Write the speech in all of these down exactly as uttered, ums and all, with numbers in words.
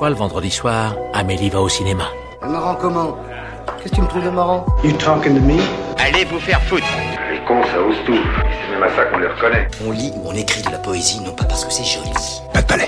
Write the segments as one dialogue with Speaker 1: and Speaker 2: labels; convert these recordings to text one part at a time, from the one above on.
Speaker 1: fois, le vendredi soir, Amélie va au cinéma.
Speaker 2: Marrant comment? Qu'est-ce que tu me trouves de marrant?
Speaker 3: You talking to me?
Speaker 4: Allez vous faire foutre.
Speaker 5: Les cons, ça ose tout. C'est même à ça qu'on les reconnaît.
Speaker 2: On lit ou on écrit de la poésie, non pas parce que c'est joli.
Speaker 5: Pas de palais.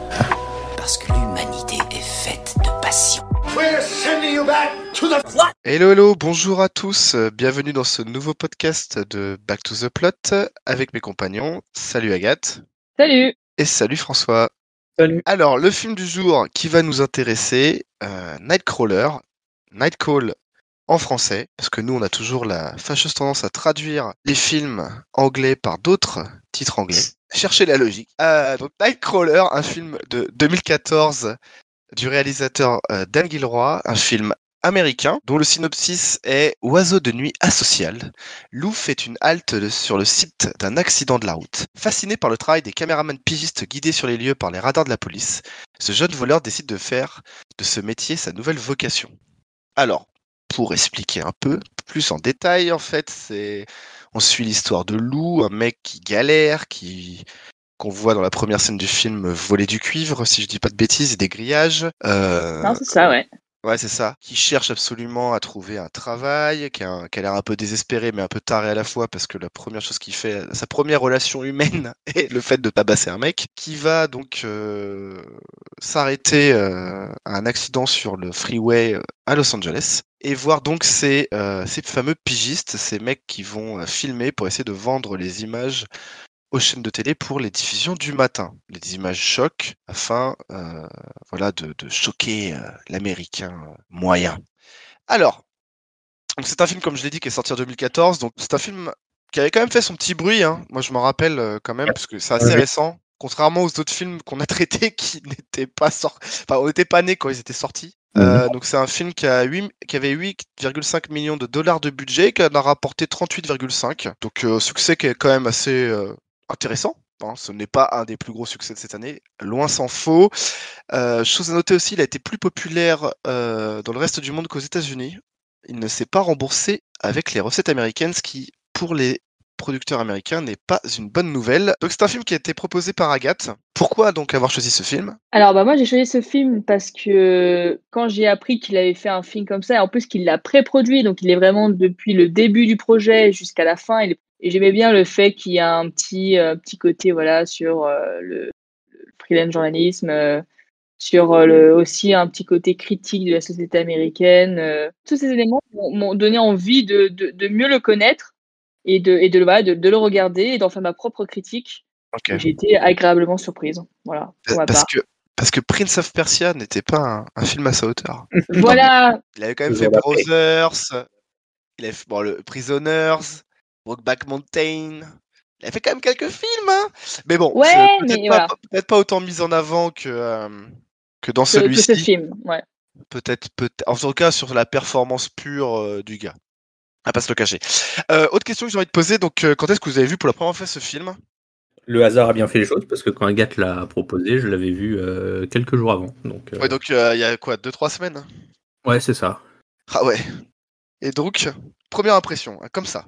Speaker 2: Parce que l'humanité est faite de passion.
Speaker 3: We're sending you back to the plot.
Speaker 6: Hello, hello, bonjour à tous. Bienvenue dans ce nouveau podcast de Back to the Plot avec mes compagnons. Salut Agathe.
Speaker 7: Salut.
Speaker 6: Et salut François.
Speaker 7: Salut.
Speaker 6: Alors, le film du jour qui va nous intéresser, euh, Nightcrawler, Nightcall en français, parce que nous, on a toujours la fâcheuse tendance à traduire les films anglais par d'autres titres anglais. Cherchez la logique. Euh, donc, Nightcrawler, un film de deux mille quatorze du réalisateur euh, Dan Gilroy, un film américain dont le synopsis est « Oiseau de nuit asocial, Lou fait une halte sur le site d'un accident de la route. Fasciné par le travail des caméramans pigistes guidés sur les lieux par les radars de la police, ce jeune voleur décide de faire de ce métier sa nouvelle vocation. » Alors, pour expliquer un peu plus en détail, en fait, c'est on suit l'histoire de Lou, un mec qui galère, qui qu'on voit dans la première scène du film voler du cuivre, si je dis pas de bêtises, et des grillages. Euh...
Speaker 7: Non, c'est ça, ouais.
Speaker 6: Ouais, c'est ça. Qui cherche absolument à trouver un travail, qui a, un, qui a l'air un peu désespéré, mais un peu taré à la fois, parce que la première chose qu'il fait, sa première relation humaine est le fait de tabasser un mec, qui va donc euh, s'arrêter euh, à un accident sur le freeway à Los Angeles, et voir donc ces, euh, ces fameux pigistes, ces mecs qui vont euh, filmer pour essayer de vendre les images aux chaînes de télé pour les diffusions du matin, les images choc, afin euh, voilà, de, de choquer euh, l'américain euh, moyen. Alors, donc c'est un film, comme je l'ai dit, qui est sorti en deux mille quatorze, donc c'est un film qui avait quand même fait son petit bruit, hein. Moi je m'en rappelle euh, quand même, parce que c'est assez
Speaker 3: Ouais.
Speaker 6: récent, contrairement aux autres films qu'on a traités qui n'étaient pas sortis, enfin on n'était pas nés quand ils étaient sortis.
Speaker 3: Mhm.
Speaker 6: Euh, donc c'est un film qui, a huit, qui avait huit virgule cinq millions de dollars de budget, qui en a rapporté trente-huit virgule cinq. Donc euh, succès qui est quand même assez euh, intéressant. Hein. Ce n'est pas un des plus gros succès de cette année, loin s'en faut. Euh, chose à noter aussi, il a été plus populaire euh, dans le reste du monde qu'aux États-Unis. Il ne s'est pas remboursé avec les recettes américaines, ce qui, pour les producteurs américains, n'est pas une bonne nouvelle. Donc c'est un film qui a été proposé par Agathe. Pourquoi donc avoir choisi ce film ?
Speaker 7: Alors, bah, moi, j'ai choisi ce film parce que quand j'ai appris qu'il avait fait un film comme ça, et en plus qu'il l'a pré-produit, donc il est vraiment depuis le début du projet jusqu'à la fin. il est- Et j'aimais bien le fait qu'il y a un petit, euh, petit côté voilà, sur euh, le, le freelance journalisme, euh, sur euh, le, aussi un petit côté critique de la société américaine. euh. Tous ces éléments m'ont m'ont donné envie de, de, de mieux le connaître et de, et de, le- voilà, de, de le regarder et d'en faire ma propre critique.
Speaker 6: Ok.
Speaker 7: Et j'ai été agréablement surprise. Voilà, pour ma
Speaker 6: Parce
Speaker 7: part.
Speaker 6: que, parce que Prince of Persia n'était pas un, un film à sa hauteur.
Speaker 7: Voilà,
Speaker 6: Il avait quand même
Speaker 3: Ils
Speaker 6: fait
Speaker 3: ont la paix.
Speaker 6: Brothers, il avait fait bon, le Prisoners, Brokeback Mountain. Il a fait quand même quelques films, hein. Mais bon,
Speaker 7: Ouais,
Speaker 6: c'est peut-être
Speaker 7: mais
Speaker 6: pas,
Speaker 7: voilà.
Speaker 6: peut-être pas autant mis en avant que, euh, que dans
Speaker 7: que, que ce
Speaker 6: celui-ci.
Speaker 7: film. Ouais.
Speaker 6: Peut-être, peut en tout cas, sur la performance pure euh, du gars. À pas se le cacher. Euh, autre question que j'ai envie de poser, donc euh, quand est-ce que vous avez vu pour la première fois ce film ?
Speaker 8: Le hasard a bien fait les choses parce que quand Agathe l'a proposé, je l'avais vu euh, quelques jours avant. Donc, euh,
Speaker 6: Ouais, donc euh, il y a quoi, deux trois semaines ?
Speaker 8: ouais, c'est ça.
Speaker 6: Ah ouais. Et donc, première impression, hein, comme ça.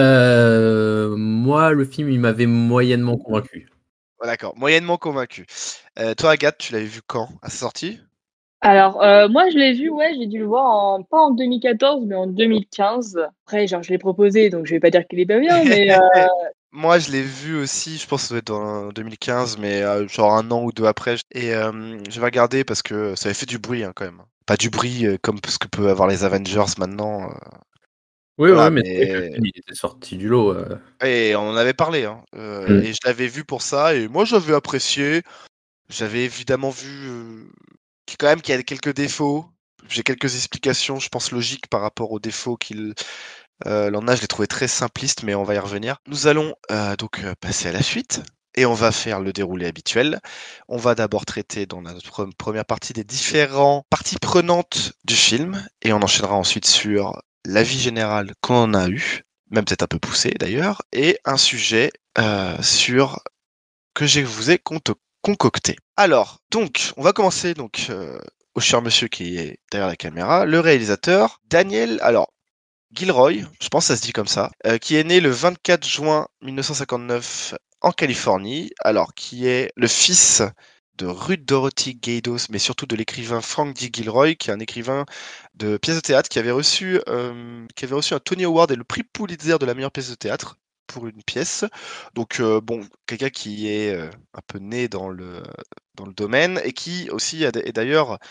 Speaker 8: Euh, moi, le film, il m'avait moyennement convaincu.
Speaker 6: Ouais, d'accord, moyennement convaincu. Euh, toi, Agathe, tu l'avais vu quand ? À sa sortie ?
Speaker 7: Alors, euh, moi, je l'ai vu, ouais, j'ai dû le voir en, pas en deux mille quatorze, mais en deux mille quinze. Après, genre, je l'ai proposé, donc je vais pas dire qu'il est pas bien, mais euh,
Speaker 6: Moi, je l'ai vu aussi, je pense que ça doit être dans deux mille quinze, mais euh, genre un an ou deux après. Et euh, j'avais regardé parce que ça avait fait du bruit hein, quand même. Pas du bruit euh, comme ce que peuvent avoir les Avengers maintenant. euh.
Speaker 8: Oui,
Speaker 6: Voilà,
Speaker 8: ouais, mais, c'est vrai que
Speaker 6: mais-
Speaker 8: le film, il était sorti du lot. euh.
Speaker 6: Et on en avait parlé. Hein. Euh,
Speaker 8: Mm.
Speaker 6: Et je l'avais vu pour ça. Et moi, j'avais apprécié. J'avais évidemment vu euh, qu'il- quand même qu'il y a quelques défauts. J'ai quelques explications, je pense, logiques par rapport aux défauts qu'il euh, l'en a. Je l'ai trouvé très simpliste, mais on va y revenir. Nous allons euh, donc euh, passer à la suite. Et on va faire le déroulé habituel. On va d'abord traiter dans notre pre- première partie des différentes parties prenantes du film. Et on enchaînera ensuite sur l'avis général qu'on en a eu, même peut-être un peu poussé d'ailleurs, et un sujet euh, sur que je vous ai conto- concocté. Alors, donc, on va commencer donc euh, au cher monsieur qui est derrière la caméra, le réalisateur Daniel. Alors, Gilroy, je pense que ça se dit comme ça, euh, qui est né le vingt-quatre juin mille neuf cent cinquante-neuf en Californie, alors qui est le fils de Ruth Dorothy Gaydos, mais surtout de l'écrivain Frank D. Gilroy, qui est un écrivain de pièces de théâtre qui avait reçu, euh, qui avait reçu un Tony Award et le prix Pulitzer de la meilleure pièce de théâtre pour une pièce. Donc, euh, bon, quelqu'un qui est euh, un peu né dans le, dans le domaine et qui aussi a- est d'ailleurs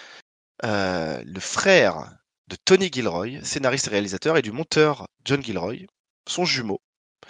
Speaker 6: euh, le frère de Tony Gilroy, scénariste et réalisateur, et du monteur John Gilroy, son jumeau.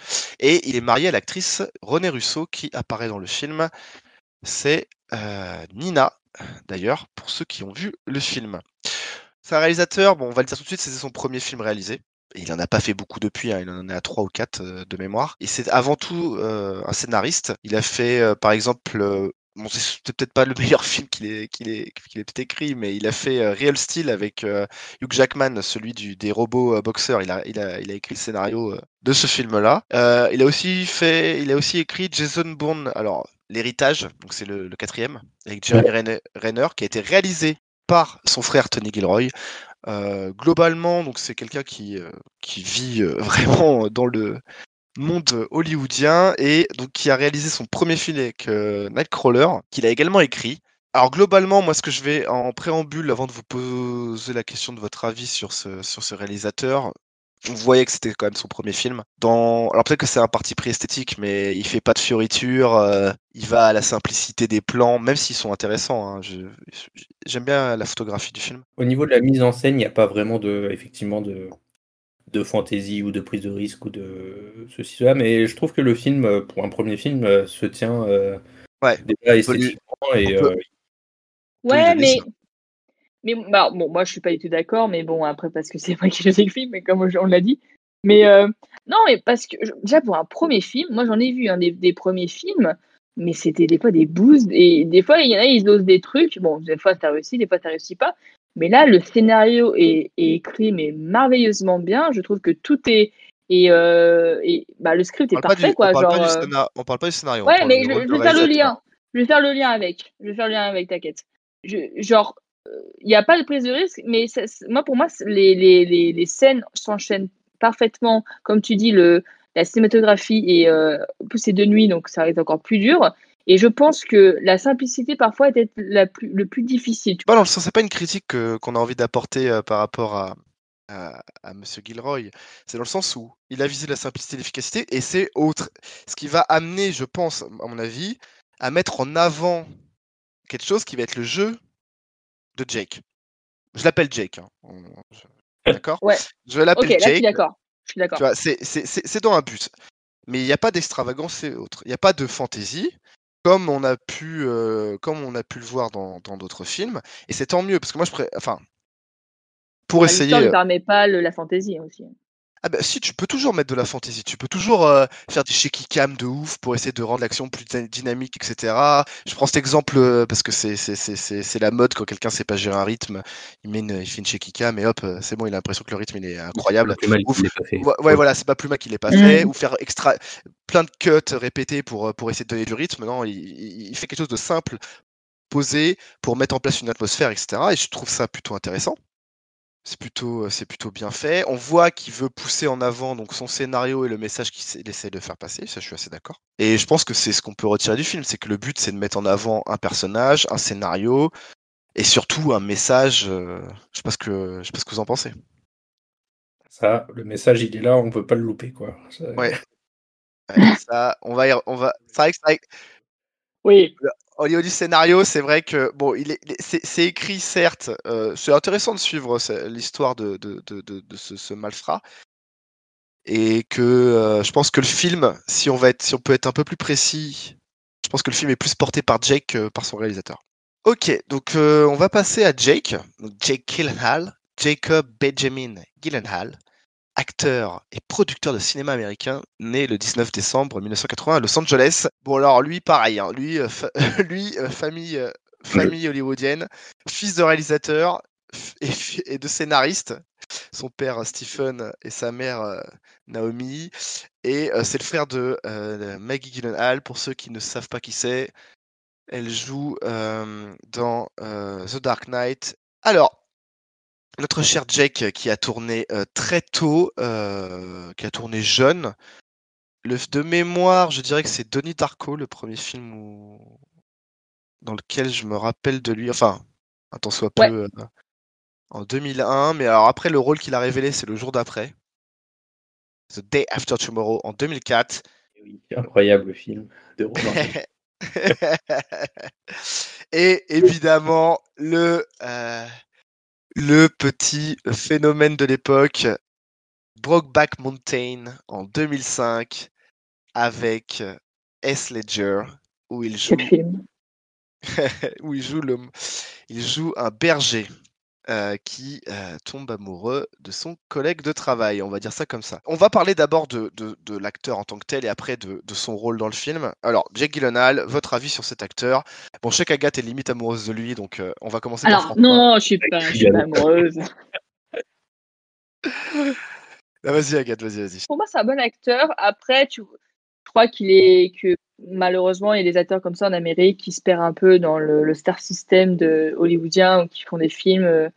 Speaker 6: Et il est marié à l'actrice Renée Russo qui apparaît dans le film. C'est euh, Nina, d'ailleurs, pour ceux qui ont vu le film. C'est un réalisateur, bon, on va le dire tout de suite, c'était son premier film réalisé. Et il en a pas fait beaucoup depuis, hein, il en est à trois ou quatre euh, de mémoire. Et c'est avant tout euh, un scénariste. Il a fait, euh, par exemple, euh, bon, c'est c'est peut-être pas le meilleur film qu'il ait, qu'il ait, qu'il ait peut-être écrit, mais il a fait euh, Real Steel avec euh, Hugh Jackman, celui du, des robots euh, boxeurs. Il a, il, a, il a écrit le scénario euh, de ce film-là. Euh, il a aussi fait, il a aussi écrit Jason Bourne, alors l'héritage, donc c'est le, le quatrième, avec Jeremy Renner, Renner, qui a été réalisé par son frère Tony Gilroy. Euh, globalement, donc c'est quelqu'un qui, euh, qui vit euh, vraiment dans le monde hollywoodien et donc qui a réalisé son premier film avec euh, Nightcrawler, qu'il a également écrit. Alors globalement, moi ce que je vais en préambule, avant de vous poser la question de votre avis sur ce, sur ce réalisateur, vous voyez que c'était quand même son premier film. Dans... Alors peut-être que c'est un parti pris esthétique, mais il fait pas de fioritures, euh, il va à la simplicité des plans, même s'ils sont intéressants. Hein. Je... J'aime bien la photographie du film.
Speaker 8: Au niveau de la mise en scène, il n'y a pas vraiment de, effectivement, de, de fantaisie ou de prise de risque ou de ceci, cela, mais je trouve que le film, pour un premier film, euh, se tient euh,
Speaker 6: Ouais,
Speaker 8: déjà
Speaker 6: lui-
Speaker 8: esthétiquement et
Speaker 6: on peut-
Speaker 8: euh,
Speaker 6: peut lui
Speaker 7: Ouais,
Speaker 6: donner
Speaker 7: mais,
Speaker 6: ça.
Speaker 7: mais bah, bon, moi je suis pas du tout d'accord, mais bon, après, parce que c'est moi qui l'ai écrit, mais comme on l'a dit. Mais euh, non, mais parce que je- déjà pour un premier film, moi j'en ai vu hein, des, des premiers films, mais c'était des fois des boosts, et des fois il y en a, ils osent des trucs. Bon, des fois ça réussit, des fois ça réussit pas. Mais là, le scénario est, est écrit, mais merveilleusement bien. Je trouve que tout est. Et, euh, et bah, le script
Speaker 6: On
Speaker 7: est
Speaker 6: parle pas
Speaker 7: parfait,
Speaker 6: du, on
Speaker 7: quoi.
Speaker 6: parle pas
Speaker 7: Genre,
Speaker 6: du
Speaker 7: euh,
Speaker 6: scénar- on parle pas du scénario, on
Speaker 7: ouais,
Speaker 6: parle
Speaker 7: mais
Speaker 6: du
Speaker 7: je,
Speaker 6: rôle
Speaker 7: je
Speaker 6: de
Speaker 7: vais faire le
Speaker 6: réalisateur.
Speaker 7: lien. Je vais faire le lien avec. Je vais faire le lien avec, t'inquiète. Je, genre, il n'y a pas de prise de risque, mais ça- c'est- moi, pour moi, c'est- les, les, les, les scènes s'enchaînent parfaitement. Comme tu dis, le, la cinématographie et euh, en plus c'est de nuit, donc ça reste encore plus dur. Et je pense que la simplicité parfois est peut-être la plus, le plus difficile. tu
Speaker 6: Pas dans le sens, c'est pas une critique que- qu'on a envie d'apporter euh, par rapport à, à, à Monsieur Gilroy. C'est dans le sens où il a visé la simplicité et l'efficacité, et c'est autre. Ce qui va amener, je pense, à mon avis, à mettre en avant quelque chose qui va être le jeu de Jake. Je l'appelle Jake. Hein. On- je- D'accord
Speaker 7: vois. Ouais,
Speaker 6: Je
Speaker 7: ok,
Speaker 6: l'appelle
Speaker 7: là je suis
Speaker 6: Jake.
Speaker 7: d'accord. Je suis
Speaker 6: Tu
Speaker 7: d'accord.
Speaker 6: vois, c'est c'est- c'est- c'est dans un but. Mais il n'y a pas d'extravagance et autres. Il n'y a pas de fantaisie, comme on a pu, euh, comme on a pu le voir dans dans d'autres films. Et c'est tant mieux, parce que moi, je pré... enfin, pour
Speaker 7: Bah, l'histoire
Speaker 6: essayer.
Speaker 7: ne permet pas le- la fantaisie hein, aussi.
Speaker 6: Ah bah si, tu peux toujours mettre de la fantaisie, tu peux toujours euh, faire des shaky cam de ouf pour essayer de rendre l'action plus dy- dynamique, et cetera. Je prends cet exemple euh, parce que c'est c'est c'est c'est c'est la mode quand quelqu'un sait pas gérer un rythme, il met une, il fait une shaky cam et hop, euh, c'est bon, il a l'impression que le rythme il est incroyable.
Speaker 8: le plus mal
Speaker 6: Ou
Speaker 8: qu'il
Speaker 6: f-
Speaker 8: l'ait pas fait.
Speaker 6: ouais, ouais, voilà, c'est pas plus mal qu'il l'ait pas fait, ou faire extra plein de cuts répétés pour euh, pour essayer de donner du rythme. Non, il, il il fait quelque chose de simple, posé pour mettre en place une atmosphère, et cetera. Et je trouve ça plutôt intéressant. C'est plutôt, euh, c'est plutôt bien fait. On voit qu'il veut pousser en avant donc son scénario et le message qu'il essaie de faire passer. Ça, je suis assez d'accord. Et je pense que c'est ce qu'on peut retirer du film, c'est que le but, c'est de mettre en avant un personnage, un scénario et surtout un message. euh, je sais pas ce que, je sais pas ce que vous en pensez.
Speaker 8: Ça, le message, il est là, on peut pas le louper, quoi. Ça-
Speaker 6: Ouais. Ouais, ça, on va, y re- on va. C'est vrai que c'est vrai que
Speaker 7: Oui.
Speaker 6: au niveau du scénario, c'est vrai que bon, il est, il est- c'est, c'est écrit certes. euh, c'est intéressant de suivre ce- l'histoire de, de, de, de, de ce, ce malfrat. Et que euh, je pense que le film, si on va être, si on peut être un peu plus précis, je pense que le film est plus porté par Jake que par son réalisateur. Ok, donc euh, on va passer à Jake, donc Jake Gyllenhaal, Jacob Benjamin Gyllenhaal, acteur et producteur de cinéma américain, né le dix-neuf décembre mille neuf cent quatre-vingts à Los Angeles. Bon alors lui, pareil, hein, lui, euh, fa- lui euh, famille, euh, famille hollywoodienne, fils de réalisateur f- et, fi- et de scénariste. Son père Stephen et sa mère euh, Naomi. Et euh, c'est le frère de euh, Maggie Gyllenhaal, pour ceux qui ne savent pas qui c'est. Elle joue euh, dans euh, The Dark Knight. Alors, notre cher Jake, euh, qui a tourné euh, très tôt, euh, qui a tourné jeune. Le, de mémoire, je dirais que c'est Donnie Darko, le premier film où, dans lequel je me rappelle de lui, enfin, un tant soit
Speaker 7: Ouais.
Speaker 6: peu, euh, en deux mille un, mais alors après, le rôle qu'il a révélé, c'est le jour d'après. The Day After Tomorrow en deux mille quatre.
Speaker 8: Oui, incroyable film de Romain.
Speaker 6: Et évidemment, le, euh, le petit phénomène de l'époque, Brokeback Mountain en deux mille cinq, avec Heath Ledger, où il joue,
Speaker 7: Quel film.
Speaker 6: où il joue, le, il joue un berger. Euh, qui euh, tombe amoureux de son collègue de travail, on va dire ça comme ça. On va parler d'abord de, de, de l'acteur en tant que tel et après de, de son rôle dans le film. Alors, Jake Gyllenhaal, votre avis sur cet acteur? Bon, je sais qu'Agathe est limite amoureuse de lui, donc euh, on va commencer
Speaker 7: Alors,
Speaker 6: par François.
Speaker 7: non, je suis pas, je suis pas amoureuse.
Speaker 6: Ah, vas-y Agathe, vas-y, vas-y.
Speaker 7: Pour moi, c'est un bon acteur. Après, tu, je crois qu'il est que malheureusement, il y a des acteurs comme ça en Amérique qui se perdent un peu dans le, le star system de hollywoodien, qui font des films, euh,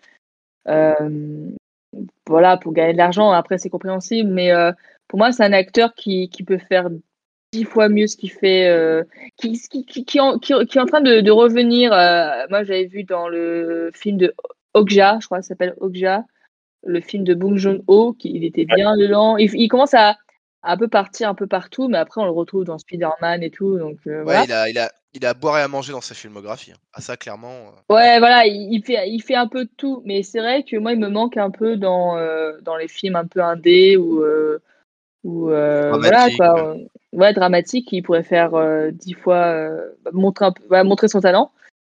Speaker 7: euh, voilà, pour gagner de l'argent. Après, c'est compréhensible, mais euh, pour moi, c'est un acteur qui, qui peut faire dix fois mieux ce qu'il fait, euh, qui, qui, qui, qui, en, qui, qui est en train de, de revenir. Euh, moi, j'avais vu dans le film de Okja, je crois que ça s'appelle Okja, le film de Bong Joon-ho, qui il était bien dedans. Il, il commence à, à un peu partir un peu partout, mais après on le retrouve dans Spider-Man et tout. Donc euh,
Speaker 6: Ouais,
Speaker 7: voilà.
Speaker 6: il a, il a, il a à boire et à manger dans sa filmographie. Ah, ça, clairement. euh,
Speaker 7: Ouais, voilà, il, il fait, il fait un peu de tout, mais c'est vrai que moi, il me manque un peu dans, euh, dans les films un peu indés ou, euh, ou euh, voilà
Speaker 6: Dramatique.
Speaker 7: quoi, euh, ouais, dramatique. Il pourrait faire euh, dix fois euh, montrer un peu, voilà, montrer son talent.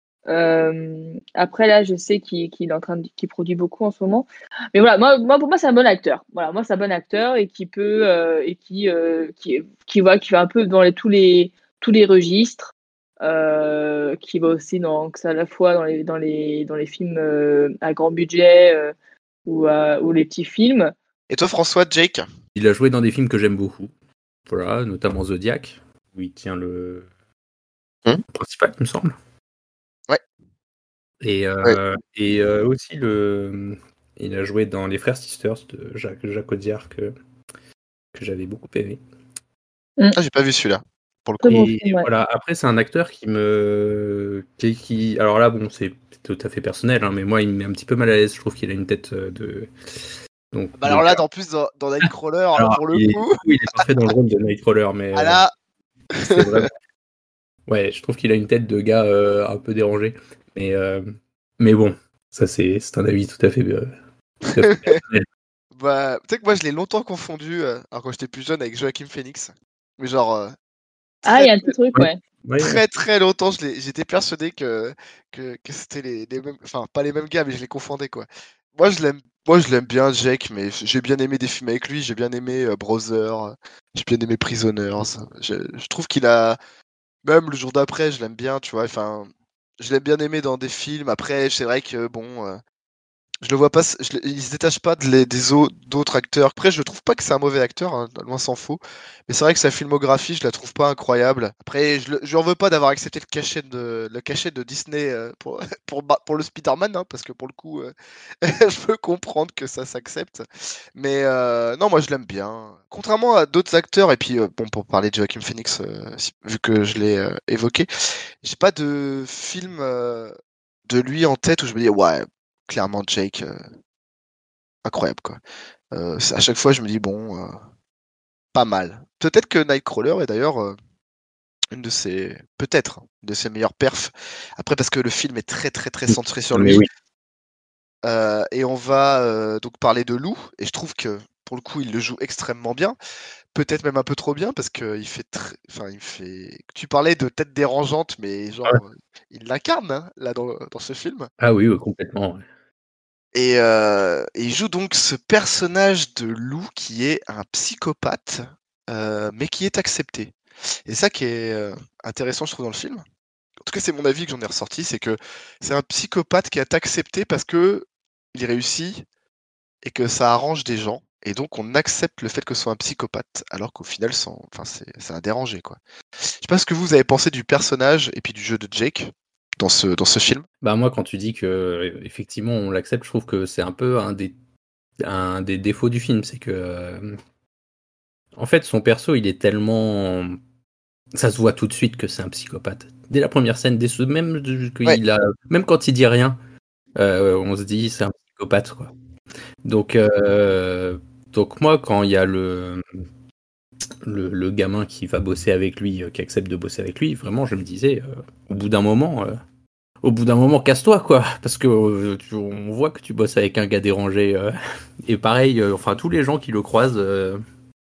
Speaker 7: Euh, après là, je sais qu'il, qu'il est en train de, qu'il produit beaucoup en ce moment. Mais voilà, moi, moi pour moi, c'est un bon acteur. Voilà, moi, c'est un bon acteur et qui peut euh, et qui euh, qui qui va qui va un peu dans les, tous les tous les registres. Euh, qui va aussi dans que ça à la fois dans les dans les dans les films euh, à grand budget euh, ou à, ou les petits films.
Speaker 6: Et toi, François, Jake?
Speaker 8: Il a joué dans des films que j'aime beaucoup. Voilà, notamment Zodiac, où il tient le
Speaker 6: Hum
Speaker 8: principal, il me semble.
Speaker 6: Ouais.
Speaker 8: Et, euh, ouais. et euh, aussi, le... il a joué dans Les Frères Sisters de Jacques, Jacques Audiard, que, que j'avais beaucoup aimé.
Speaker 6: Ah, j'ai pas vu celui-là. Pour le coup.
Speaker 7: Très bon
Speaker 8: Et
Speaker 7: film, ouais.
Speaker 8: voilà, après, c'est un acteur qui me. Qui, qui... Alors là, bon, c'est tout à fait personnel, hein, mais moi, il me met un petit peu mal à l'aise. Je trouve qu'il a une tête de. Donc,
Speaker 6: bah alors
Speaker 8: donc,
Speaker 6: là, en plus, dans, dans Nightcrawler,
Speaker 8: alors,
Speaker 6: pour le
Speaker 8: il est,
Speaker 6: coup.
Speaker 8: il est parfait dans le rôle de Nightcrawler, mais.
Speaker 6: Ah là.
Speaker 8: Euh, c'est vraiment. Ouais, je trouve qu'il a une tête de gars euh, un peu dérangé. Mais, euh, mais bon, ça, c'est, c'est un avis tout à fait, euh, tout à fait personnel.
Speaker 6: Bah, tu sais que moi, je l'ai longtemps confondu, euh, alors quand j'étais plus jeune, avec Joaquin Phoenix. Mais genre. Euh,
Speaker 7: ah, il y a un petit truc, ouais.
Speaker 8: ouais.
Speaker 6: Très ouais. très longtemps, je l'ai, j'étais persuadé que, que, que c'était les, les mêmes. Enfin, pas les mêmes gars, mais je les confondais, quoi. Moi, je l'aime, moi, je l'aime bien, Jake, mais j'ai bien aimé des films avec lui. J'ai bien aimé euh, Brother, j'ai bien aimé Prisoners. Je, je trouve qu'il a. Même le jour d'après, je l'aime bien, tu vois. Enfin, je l'ai bien aimé dans des films. Après, c'est vrai que, bon. Euh, Je le vois pas, je, il se détache pas de les, des autres, d'autres acteurs. Après, je trouve pas que c'est un mauvais acteur, hein, loin s'en faut. Mais c'est vrai que sa filmographie, je la trouve pas incroyable. Après, je, je lui en veux pas d'avoir accepté le cachet de, le cachet de Disney euh, pour, pour, pour le Spider-Man, hein, parce que pour le coup, euh, je peux comprendre que ça s'accepte. Mais euh, non, moi je l'aime bien. Contrairement à d'autres acteurs, et puis euh, bon, pour parler de Joaquin Phoenix, euh, vu que je l'ai euh, évoqué, j'ai pas de film euh, de lui en tête où je me dis ouais. Clairement, Jake, euh, incroyable quoi. Euh, à chaque fois, je me dis bon, euh, pas mal. Peut-être que Nightcrawler est d'ailleurs euh, une de ses, peut-être, une de ses meilleures perfs. Après, parce que le film est très très très centré sur lui.
Speaker 8: Oui.
Speaker 6: Euh, et on va euh, donc parler de Lou. Et je trouve que pour le coup, il le joue extrêmement bien. Peut-être même un peu trop bien parce que il fait très, enfin il fait. Tu parlais de tête dérangeante, mais genre ouais. Il l'incarne hein, là dans, dans ce film.
Speaker 8: Ah oui, oui complètement. Ouais.
Speaker 6: Et, euh, et il joue donc ce personnage de Lou qui est un psychopathe, euh, mais qui est accepté. Et ça qui est euh, intéressant, je trouve, dans le film. En tout cas, c'est mon avis que j'en ai ressorti, c'est que c'est un psychopathe qui est accepté parce que il réussit et que ça arrange des gens. Et donc, on accepte le fait que ce soit un psychopathe, alors qu'au final, c'est, enfin, c'est, c'est un dérangé, quoi. Je sais pas ce que vous avez pensé du personnage et puis du jeu de Jake. Dans ce, dans ce film.
Speaker 8: Bah moi, quand tu dis que effectivement on l'accepte, je trouve que c'est un peu un des, un des défauts du film, c'est que euh, en fait son perso il est tellement ça se voit tout de suite que c'est un psychopathe. Dès la première scène, dès ce, même, qu'il
Speaker 6: Ouais.
Speaker 8: a, même quand il dit rien, euh, on se dit c'est un psychopathe, quoi. Donc, euh, donc moi, quand il y a le, le, le gamin qui va bosser avec lui, euh, qui accepte de bosser avec lui, vraiment, je me disais, euh, au bout d'un moment, euh, au bout d'un moment, casse-toi, quoi, parce que euh, tu- on voit que tu bosses avec un gars dérangé. euh, et pareil, euh, enfin, tous les gens qui le croisent, euh,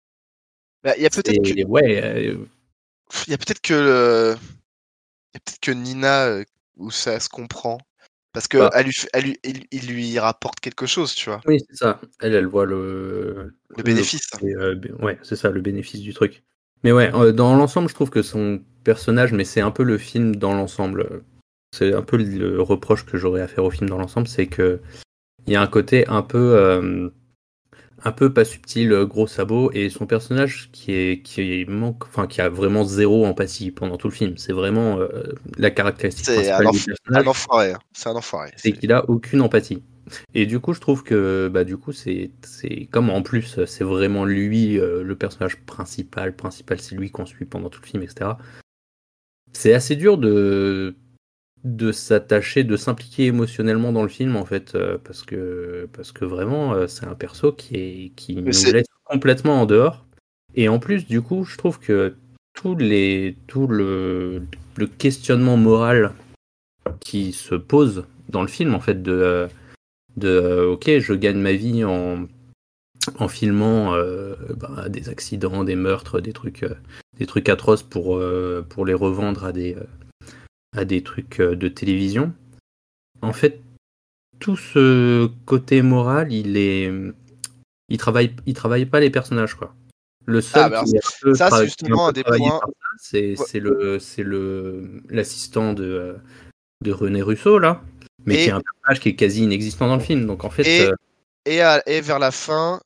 Speaker 6: Bah, il y a peut-être que,
Speaker 8: c'est ouais, euh,
Speaker 6: il y a peut-être que, le- il y a peut-être que Nina euh, où ça se comprend, parce que
Speaker 8: bah,
Speaker 6: elle lui, fait- elle lui- il, il lui rapporte quelque chose, tu vois,
Speaker 8: oui, c'est ça. Elle, elle voit le,
Speaker 6: le
Speaker 8: le
Speaker 6: bénéfice.
Speaker 8: côté, euh, bé- ouais, c'est ça, le bénéfice du truc. Mais ouais, euh, dans l'ensemble, je trouve que son personnage, mais c'est un peu le film dans l'ensemble. euh, C'est un peu le reproche que j'aurais à faire au film dans l'ensemble, c'est que il y a un côté un peu, euh, un peu pas subtil, euh, gros sabot, et son personnage qui est, qui est manque, enfin, qui a vraiment zéro empathie pendant tout le film. C'est vraiment euh, la caractéristique
Speaker 6: C'est un,
Speaker 8: principale du
Speaker 6: enf- un
Speaker 8: personnage,
Speaker 6: enfoiré. hein. C'est un enfoiré.
Speaker 8: c'est
Speaker 6: c'est-
Speaker 8: qu'il a aucune empathie. Et du coup, je trouve que bah du coup, c'est c'est comme en plus c'est vraiment lui euh, le personnage principal, principal, c'est lui qu'on suit pendant tout le film, et cetera. C'est assez dur de de s'attacher, de s'impliquer émotionnellement dans le film en fait, euh, parce que parce que vraiment euh, c'est un perso qui est qui
Speaker 6: Mais
Speaker 8: nous
Speaker 6: c'est-
Speaker 8: laisse complètement en dehors. Et en plus, du coup, je trouve que tous les tout le le questionnement moral qui se pose dans le film en fait de euh, de euh, ok, je gagne ma vie en, en filmant euh, bah, des accidents, des meurtres, des trucs, euh, des trucs atroces pour, euh, pour les revendre à des, euh, à des trucs euh, de télévision. En fait, tout ce côté moral, il est, il travaille, il travaille pas les personnages, quoi. Le seul
Speaker 6: Ah, bah alors,
Speaker 8: qui est un peu,
Speaker 6: ça, c'est
Speaker 8: tra- qui est un
Speaker 6: justement un
Speaker 8: peu
Speaker 6: des
Speaker 8: travaillé
Speaker 6: points.
Speaker 8: par ça, c'est,
Speaker 6: Ouais.
Speaker 8: c'est le, c'est le, l'assistant de, euh, de René Russo là, mais qui
Speaker 6: Et,
Speaker 8: est un personnage qui est quasi inexistant dans le film. Donc en fait,
Speaker 6: et,
Speaker 8: euh,
Speaker 6: et, à- et vers la fin,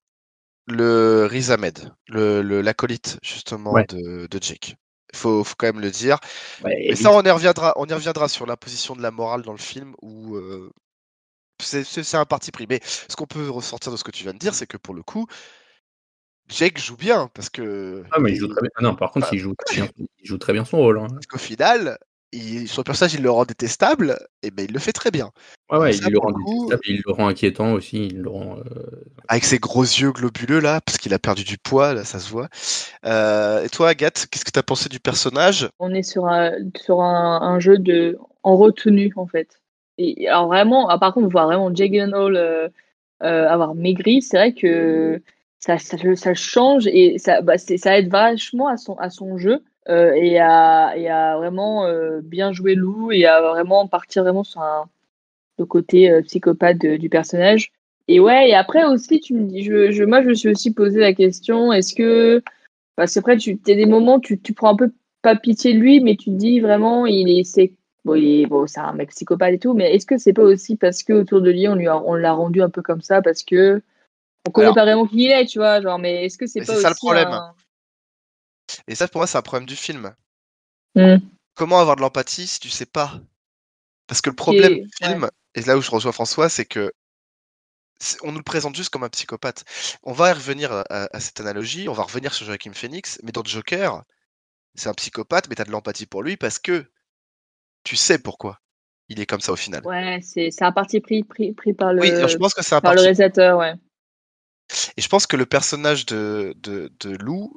Speaker 6: le Riz Ahmed, le, le- l'acolyte justement
Speaker 8: ouais.
Speaker 6: de, de Jake. Il faut, faut quand même le dire.
Speaker 8: Ouais,
Speaker 6: Mais ça, on y reviendra, on y reviendra sur l'imposition de la morale dans le film où euh, c'est, c'est- c'est un parti pris. Mais ce qu'on peut ressortir de ce que tu viens de dire, c'est que pour le coup, Jake joue bien parce que
Speaker 8: Ah, mais
Speaker 6: il
Speaker 8: il joue
Speaker 6: est,
Speaker 8: très bien. Ah non, par contre,
Speaker 6: enfin,
Speaker 8: il joue très bien, il joue très bien son rôle. Hein.
Speaker 6: parce qu'au final, il- son personnage, il le rend détestable, et ben il le fait très bien.
Speaker 8: Ouais,
Speaker 6: Et
Speaker 8: ouais,
Speaker 6: ça,
Speaker 8: il le
Speaker 6: pour
Speaker 8: rend
Speaker 6: le coup,
Speaker 8: détestable, il le rend inquiétant aussi, il le rend. euh,
Speaker 6: avec ses gros yeux globuleux là, parce qu'il a perdu du poids, là, ça se voit. Euh, et toi, Agathe, qu'est-ce que tu as pensé du personnage?
Speaker 7: On est sur un, sur un, un jeu de, en retenue, en fait. Et alors vraiment, ah, par contre, voir vraiment Jake Gyllenhaal euh, euh, avoir maigri, c'est vrai que ça, ça, ça change et ça, bah, c'est, ça aide vachement à son, à son jeu euh, et, à, et à vraiment euh, bien jouer Lou et à vraiment partir vraiment sur un, le côté euh, psychopathe de- du personnage. Et ouais, et après aussi, tu me dis, je, je, moi, je me suis aussi posé la question, est-ce que, parce qu'après, tu as des moments, tu, tu prends un peu pas pitié de lui, mais tu te dis vraiment, il est, c'est, bon, il est, bon, c'est un mec psychopathe et tout, mais est-ce que c'est pas aussi parce que autour de lui, on lui a, on l'a rendu un peu comme ça, parce que on connaît
Speaker 6: Alors,
Speaker 7: pas vraiment qui il est, tu vois, genre, mais est-ce que c'est
Speaker 6: mais
Speaker 7: pas
Speaker 6: c'est ça le
Speaker 7: aussi
Speaker 6: problème.
Speaker 7: un.
Speaker 6: Et ça, pour moi, c'est un problème du film.
Speaker 7: Hmm.
Speaker 6: Comment avoir de l'empathie si tu sais pas? Parce que le
Speaker 7: Qui
Speaker 6: problème
Speaker 7: est-
Speaker 6: du film,
Speaker 7: ouais.
Speaker 6: et là où je rejoins François, c'est que c'est- on nous le présente juste comme un psychopathe. On va y revenir à, à- à cette analogie, on va revenir sur Joaquin Phoenix, mais dans Joker, c'est un psychopathe, mais tu as de l'empathie pour lui parce que tu sais pourquoi il est comme ça au final.
Speaker 7: Ouais, c'est, c'est un parti pris, pris, pris par
Speaker 6: Oui, alors je
Speaker 7: le,
Speaker 6: pense que c'est un
Speaker 7: par le
Speaker 6: parti.
Speaker 7: réalisateur, ouais.
Speaker 6: Et je pense que le personnage de, de, de Lou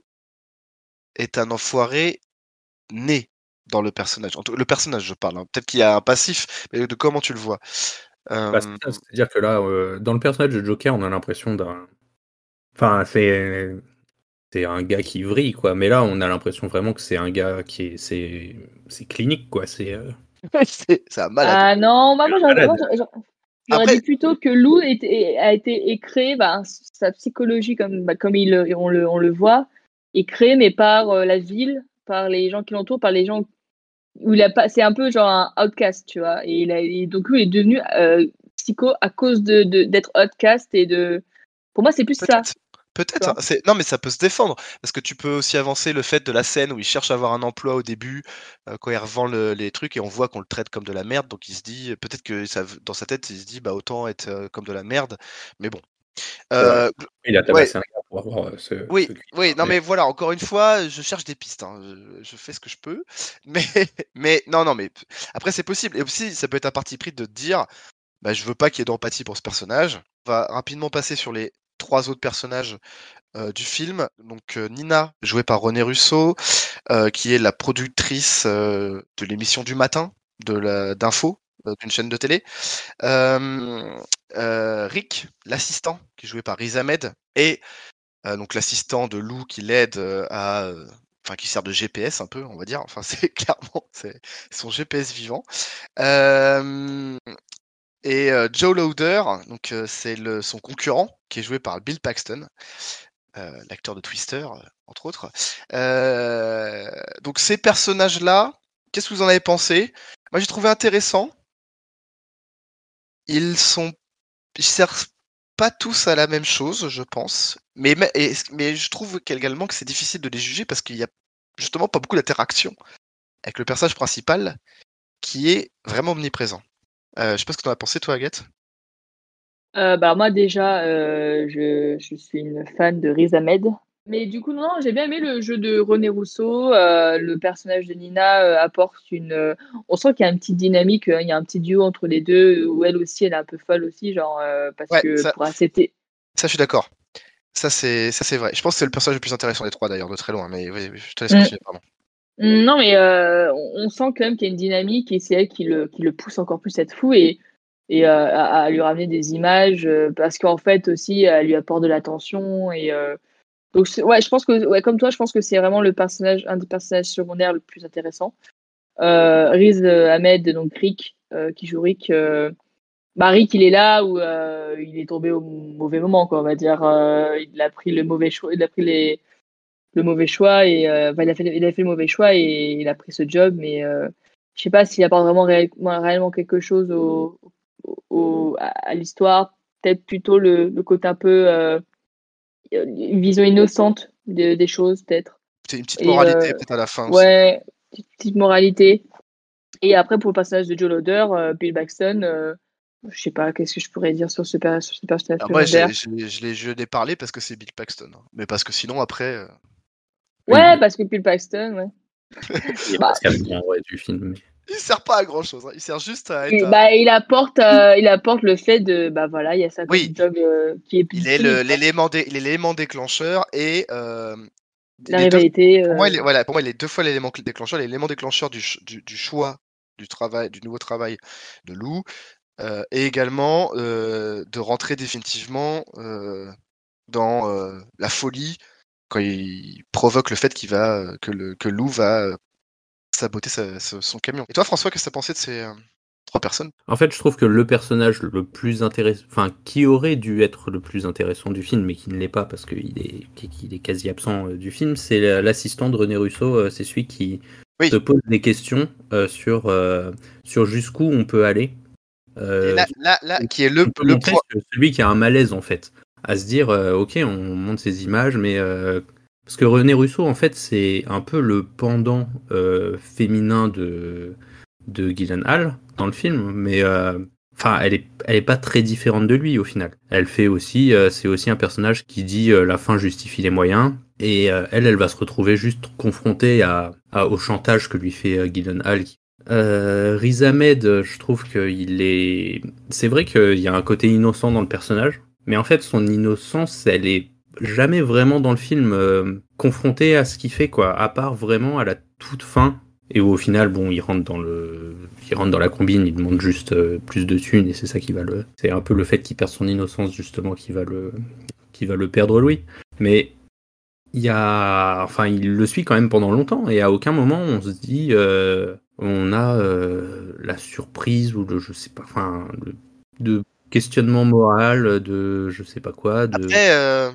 Speaker 6: est un enfoiré né dans le personnage. En tout- Le personnage, je parle. hein. Peut-être qu'il y a un passif, mais de comment tu le vois. Euh,
Speaker 8: Bah, c'est ça, c'est-à-dire que là, euh, dans le personnage de Joker, on a l'impression d'un. Enfin, c'est. C'est un gars qui vrille, quoi. Mais là, on a l'impression vraiment que c'est un gars qui est. C'est, c'est clinique, quoi. C'est. euh,
Speaker 6: c'est c'est un malade.
Speaker 7: Ah non, moi, moi, j'aurais,
Speaker 8: malade.
Speaker 7: moi, j'aurais- j'aurais
Speaker 6: Après,
Speaker 7: dit plutôt que Lou était- a été est créé, bah, sa psychologie, comme, bah, comme il, le- on, le, on le voit, est créée, mais par euh, la ville, par les gens qui l'entourent, par les gens où il a pas. C'est un peu genre un outcast, tu vois. Et, il a, et donc, lui, il est devenu euh, psycho à cause de, de, d'être outcast et de. Pour moi, c'est plus ça.
Speaker 6: peut-être.
Speaker 7: tu
Speaker 6: Peut-être.
Speaker 7: vois.
Speaker 6: hein. C'est... Non, mais ça peut se défendre. Parce que tu peux aussi avancer le fait de la scène où il cherche à avoir un emploi au début, euh, quand il revend le- les trucs, et on voit qu'on le traite comme de la merde. Donc il se dit, peut-être que ça, dans sa tête, il se dit, bah autant être euh, comme de la merde. Mais bon. Euh,
Speaker 8: Il a tabassé ouais. un gars pour avoir euh, ce.
Speaker 6: Oui,
Speaker 8: ce
Speaker 6: oui, non mais voilà, encore une fois, je cherche des pistes, hein. je, je fais ce que je peux, mais, mais non, non, mais après c'est possible. Et aussi, ça peut être un parti pris de te dire, bah, je veux pas qu'il y ait d'empathie pour ce personnage. On va rapidement passer sur les trois autres personnages euh, du film. Donc euh, Nina, jouée par René Russo, euh, qui est la productrice euh, de l'émission du matin, de la d'info, euh, d'une chaîne de télé. Euh, euh, Rick, l'assistant, qui est joué par Riz Ahmed, et euh, donc l'assistant de Lou qui l'aide euh, à, euh, enfin qui sert de G P S un peu, on va dire. Enfin c'est clairement c'est son G P S vivant. Euh, et euh, Joe Lauder, donc euh, c'est le son concurrent qui est joué par Bill Paxton, euh, l'acteur de Twister euh, entre autres. Euh, donc ces personnages-là, qu'est-ce que vous en avez pensé? Moi j'ai trouvé intéressant. Ils sont, ils servent pas tous à la même chose, je pense. Mais, mais, et, mais je trouve également que c'est difficile de les juger parce qu'il y a justement pas beaucoup d'interaction avec le personnage principal qui est vraiment omniprésent. Euh, je sais pas ce que tu en as pensé, toi, Agathe.
Speaker 7: Euh, bah moi déjà, euh, je, je suis une fan de Riz Ahmed. Mais du coup, non, j'ai bien aimé le jeu de René Russo. Euh, le personnage de Nina euh, apporte une... Euh, on sent qu'il y a une petite dynamique, euh, il y a un petit duo entre les deux, où elle aussi, elle est un peu folle aussi, genre, euh, parce
Speaker 6: Ouais,
Speaker 7: que
Speaker 6: ça-
Speaker 7: pour accepter...
Speaker 6: Ça, je suis d'accord. Ça, c'est ça, c'est vrai. Je pense que c'est le personnage le plus intéressant des trois, d'ailleurs, de très loin. Mais oui, oui, je te laisse
Speaker 7: Mm.
Speaker 6: continuer, pardon.
Speaker 7: Non, mais euh, on on sent quand même qu'il y a une dynamique et c'est elle qui le, qui le pousse encore plus à être fou et, et euh, à, à lui ramener des images euh, parce qu'en fait aussi, elle lui apporte de l'attention. Et euh, donc, c'est- ouais, je pense que, ouais, comme toi, je pense que c'est vraiment le personnage, un des personnages secondaires le plus intéressant. Euh, Riz Ahmed, donc Rick, euh, qui joue Rick. Euh, bah, Rick, il est là où euh, il est tombé au mauvais moment, quoi, on va dire. Euh, il a pris le mauvais choix, il a pris les le mauvais choix et euh, enfin, il a fait il a fait le mauvais choix et il a pris ce job, mais euh, je sais pas s'il apporte vraiment réel- réellement quelque chose au, au à, à l'histoire. Peut-être plutôt le, le côté un peu euh, une vision innocente de- des choses, peut-être.
Speaker 6: C'est une petite
Speaker 7: Et
Speaker 6: moralité,
Speaker 7: euh,
Speaker 6: peut-être à la fin aussi.
Speaker 7: ouais, petite, petite moralité. Et après pour le personnage de Joe Lauder, euh, Bill Paxton, euh, je sais pas qu'est-ce que je pourrais dire sur ce, per- sur ce personnage
Speaker 6: Alors moi, j'ai-
Speaker 7: secondaire.
Speaker 6: j'ai- je l'ai je l'ai parlé parce que c'est Bill Paxton. hein. Mais parce que sinon, après. euh,
Speaker 7: Ouais,
Speaker 8: Oui.
Speaker 7: parce que Bill Paxton, ouais.
Speaker 8: Il est
Speaker 7: Bah,
Speaker 8: presque un grand ouais, du film. mais-
Speaker 6: Il sert pas à grand chose. Il sert juste à être.
Speaker 7: il,
Speaker 6: un-
Speaker 7: bah, il apporte, euh, il apporte le fait de, bah voilà, il y a ça comme
Speaker 6: Oui,
Speaker 7: job euh, qui est
Speaker 6: il est
Speaker 7: disponible,
Speaker 6: le-
Speaker 7: quoi.
Speaker 6: l'élément dé- il est l'élément déclencheur et euh,
Speaker 7: La
Speaker 6: les deux.
Speaker 7: rivalité.
Speaker 6: Pour moi,
Speaker 7: euh,
Speaker 6: il est, voilà, pour moi, il est deux fois l'élément cl- déclencheur, l'élément déclencheur du, ch- du, du choix du travail, du nouveau travail de Lou, euh, et également euh, de rentrer définitivement euh, dans euh, la folie quand il provoque le fait qu'il va, euh, que, le, que Lou va euh, saboter sa- sa- son camion. Et toi, François, qu'est-ce que t'as pensé de ces euh, trois personnes?
Speaker 8: En fait, je trouve que le personnage le plus intéressant, enfin, qui aurait dû être le plus intéressant du film, mais qui ne l'est pas parce qu'il est, qu'il est quasi absent euh, du film, c'est la- l'assistant de René Russo. euh, c'est celui qui
Speaker 6: Oui.
Speaker 8: se pose des questions euh, sur, euh, sur jusqu'où on peut aller. Euh,
Speaker 6: Et là, là, là, qui est le,
Speaker 8: on peut
Speaker 6: le
Speaker 8: montrer
Speaker 6: pro-
Speaker 8: ce- celui qui a un malaise en fait, à se dire euh, ok on monte ces images mais euh, parce que René Russo en fait c'est un peu le pendant euh, féminin de de Gyllenhaal dans le film mais euh, enfin elle est elle est pas très différente de lui au final. Elle fait aussi euh, c'est aussi un personnage qui dit euh, la fin justifie les moyens et euh, elle elle va se retrouver juste confrontée à, à au chantage que lui fait euh, Gyllenhaal. Euh, Riz Ahmed, je trouve qu'il est. C'est vrai qu'il y a un côté innocent dans le personnage, mais en fait, son innocence, elle est jamais vraiment dans le film euh, confrontée à ce qu'il fait, quoi. À part vraiment à la toute fin, et où au final, bon, il rentre dans le, il rentre dans la combine, il demande juste euh, plus de thunes, et c'est ça qui va le. C'est un peu le fait qu'il perd son innocence justement qui va le, qui va le perdre lui. Mais il y a, enfin, il le suit quand même pendant longtemps, et à aucun moment on se dit. Euh... On a euh, la surprise ou le je sais pas, enfin, le, de questionnement moral, de je sais pas quoi. De...
Speaker 6: Après, euh,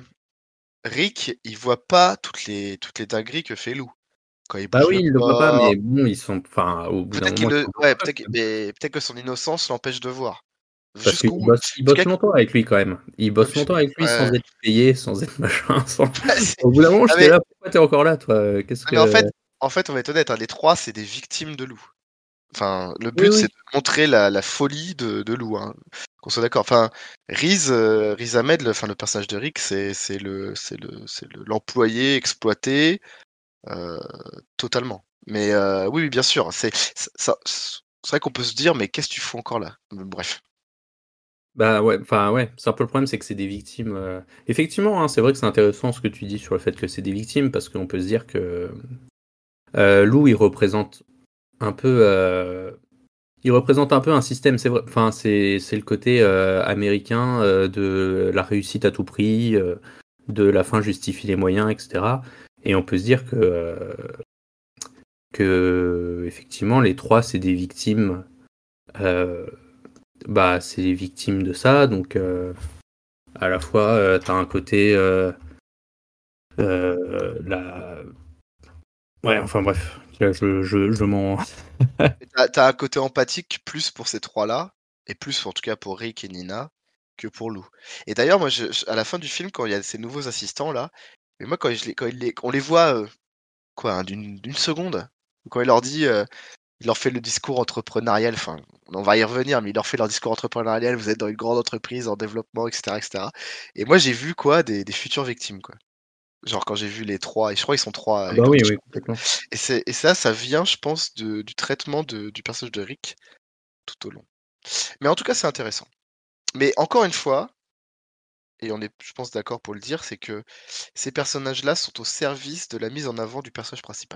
Speaker 6: Rick, il voit pas toutes les, toutes les dingueries que fait Lou. Quand il
Speaker 8: Bah
Speaker 6: bouge
Speaker 8: oui,
Speaker 6: le
Speaker 8: il le voit pas,
Speaker 6: corps.
Speaker 8: mais bon, ils sont, enfin, au bout d'un
Speaker 6: Peut-être qu'il
Speaker 8: moment.
Speaker 6: le,
Speaker 8: ils sont
Speaker 6: ouais,
Speaker 8: pas,
Speaker 6: peut-être, que- mais peut-être que son innocence l'empêche de voir.
Speaker 8: parce qu'il
Speaker 6: Jusqu'où
Speaker 8: bosse, il bosse
Speaker 6: jusqu'à-
Speaker 8: longtemps avec lui quand même. Il bosse longtemps avec lui sans
Speaker 6: Ouais.
Speaker 8: être payé, sans être machin. Sans...
Speaker 6: Ouais, c'est-
Speaker 8: Au bout d'un moment,
Speaker 6: Ah,
Speaker 8: j'étais
Speaker 6: mais-
Speaker 8: là, pourquoi t'es encore là, toi Qu'est-ce
Speaker 6: Ah,
Speaker 8: que
Speaker 6: mais en fait, en fait, on va être honnête, hein, les trois, c'est des victimes de Lou. Enfin, le but,
Speaker 7: Oui, oui.
Speaker 6: c'est de montrer la, la folie de, de Lou. hein. Qu'on soit d'accord. Enfin, Riz, euh, Riz Ahmed, le, enfin, le personnage de Rick, c'est, c'est, le, c'est, le, c'est le, l'employé exploité euh, totalement. Mais euh, oui, oui, bien sûr. C'est, ça, ça- c'est vrai qu'on peut se dire, mais qu'est-ce que tu fous encore là? Bref.
Speaker 8: Bah ouais, enfin ouais, c'est un peu le problème, c'est que c'est des victimes. euh, Effectivement, hein, c'est vrai que c'est intéressant ce que tu dis sur le fait que c'est des victimes, parce qu'on peut se dire que euh, Lou, il représente un peu, euh, il représente un peu un système. C'est vrai, enfin c'est c'est le côté euh, américain euh, de la réussite à tout prix, euh, de la fin justifie les moyens, et cetera. Et on peut se dire que euh, que effectivement les trois c'est des victimes. euh, Bah c'est des victimes de ça, donc. euh, À la fois, euh, t'as un côté euh, euh, la... Ouais, enfin bref, là, je, je, je m'en...
Speaker 6: Et T'as, t'as un côté empathique plus pour ces trois-là, et plus en tout cas pour Rick et Nina, que pour Lou. Et d'ailleurs, moi, je, je- à la fin du film, quand il y a ces nouveaux assistants là, mais moi, quand, je les, quand ils les- on les voit, euh, quoi, hein, d'une, d'une seconde, quand il leur dit, euh, il leur fait le discours entrepreneurial, enfin, on va y revenir, mais il leur fait leur discours entrepreneurial, vous êtes dans une grande entreprise en développement, et cetera, et cetera. Et moi, j'ai vu quoi, des, des futures victimes, quoi. Genre quand j'ai vu les trois, et je crois qu'ils sont trois
Speaker 8: Ah
Speaker 6: avec
Speaker 8: bah
Speaker 6: leur
Speaker 8: oui, oui,
Speaker 6: t-shirt.
Speaker 8: complètement.
Speaker 6: Et, c'est, et ça, ça vient, je pense, de, du traitement de- du personnage de Rick tout au long. Mais en tout cas, c'est intéressant. Mais encore une fois, et on est, je pense, d'accord pour le dire, c'est que ces personnages-là sont au service de la mise en avant du personnage principal.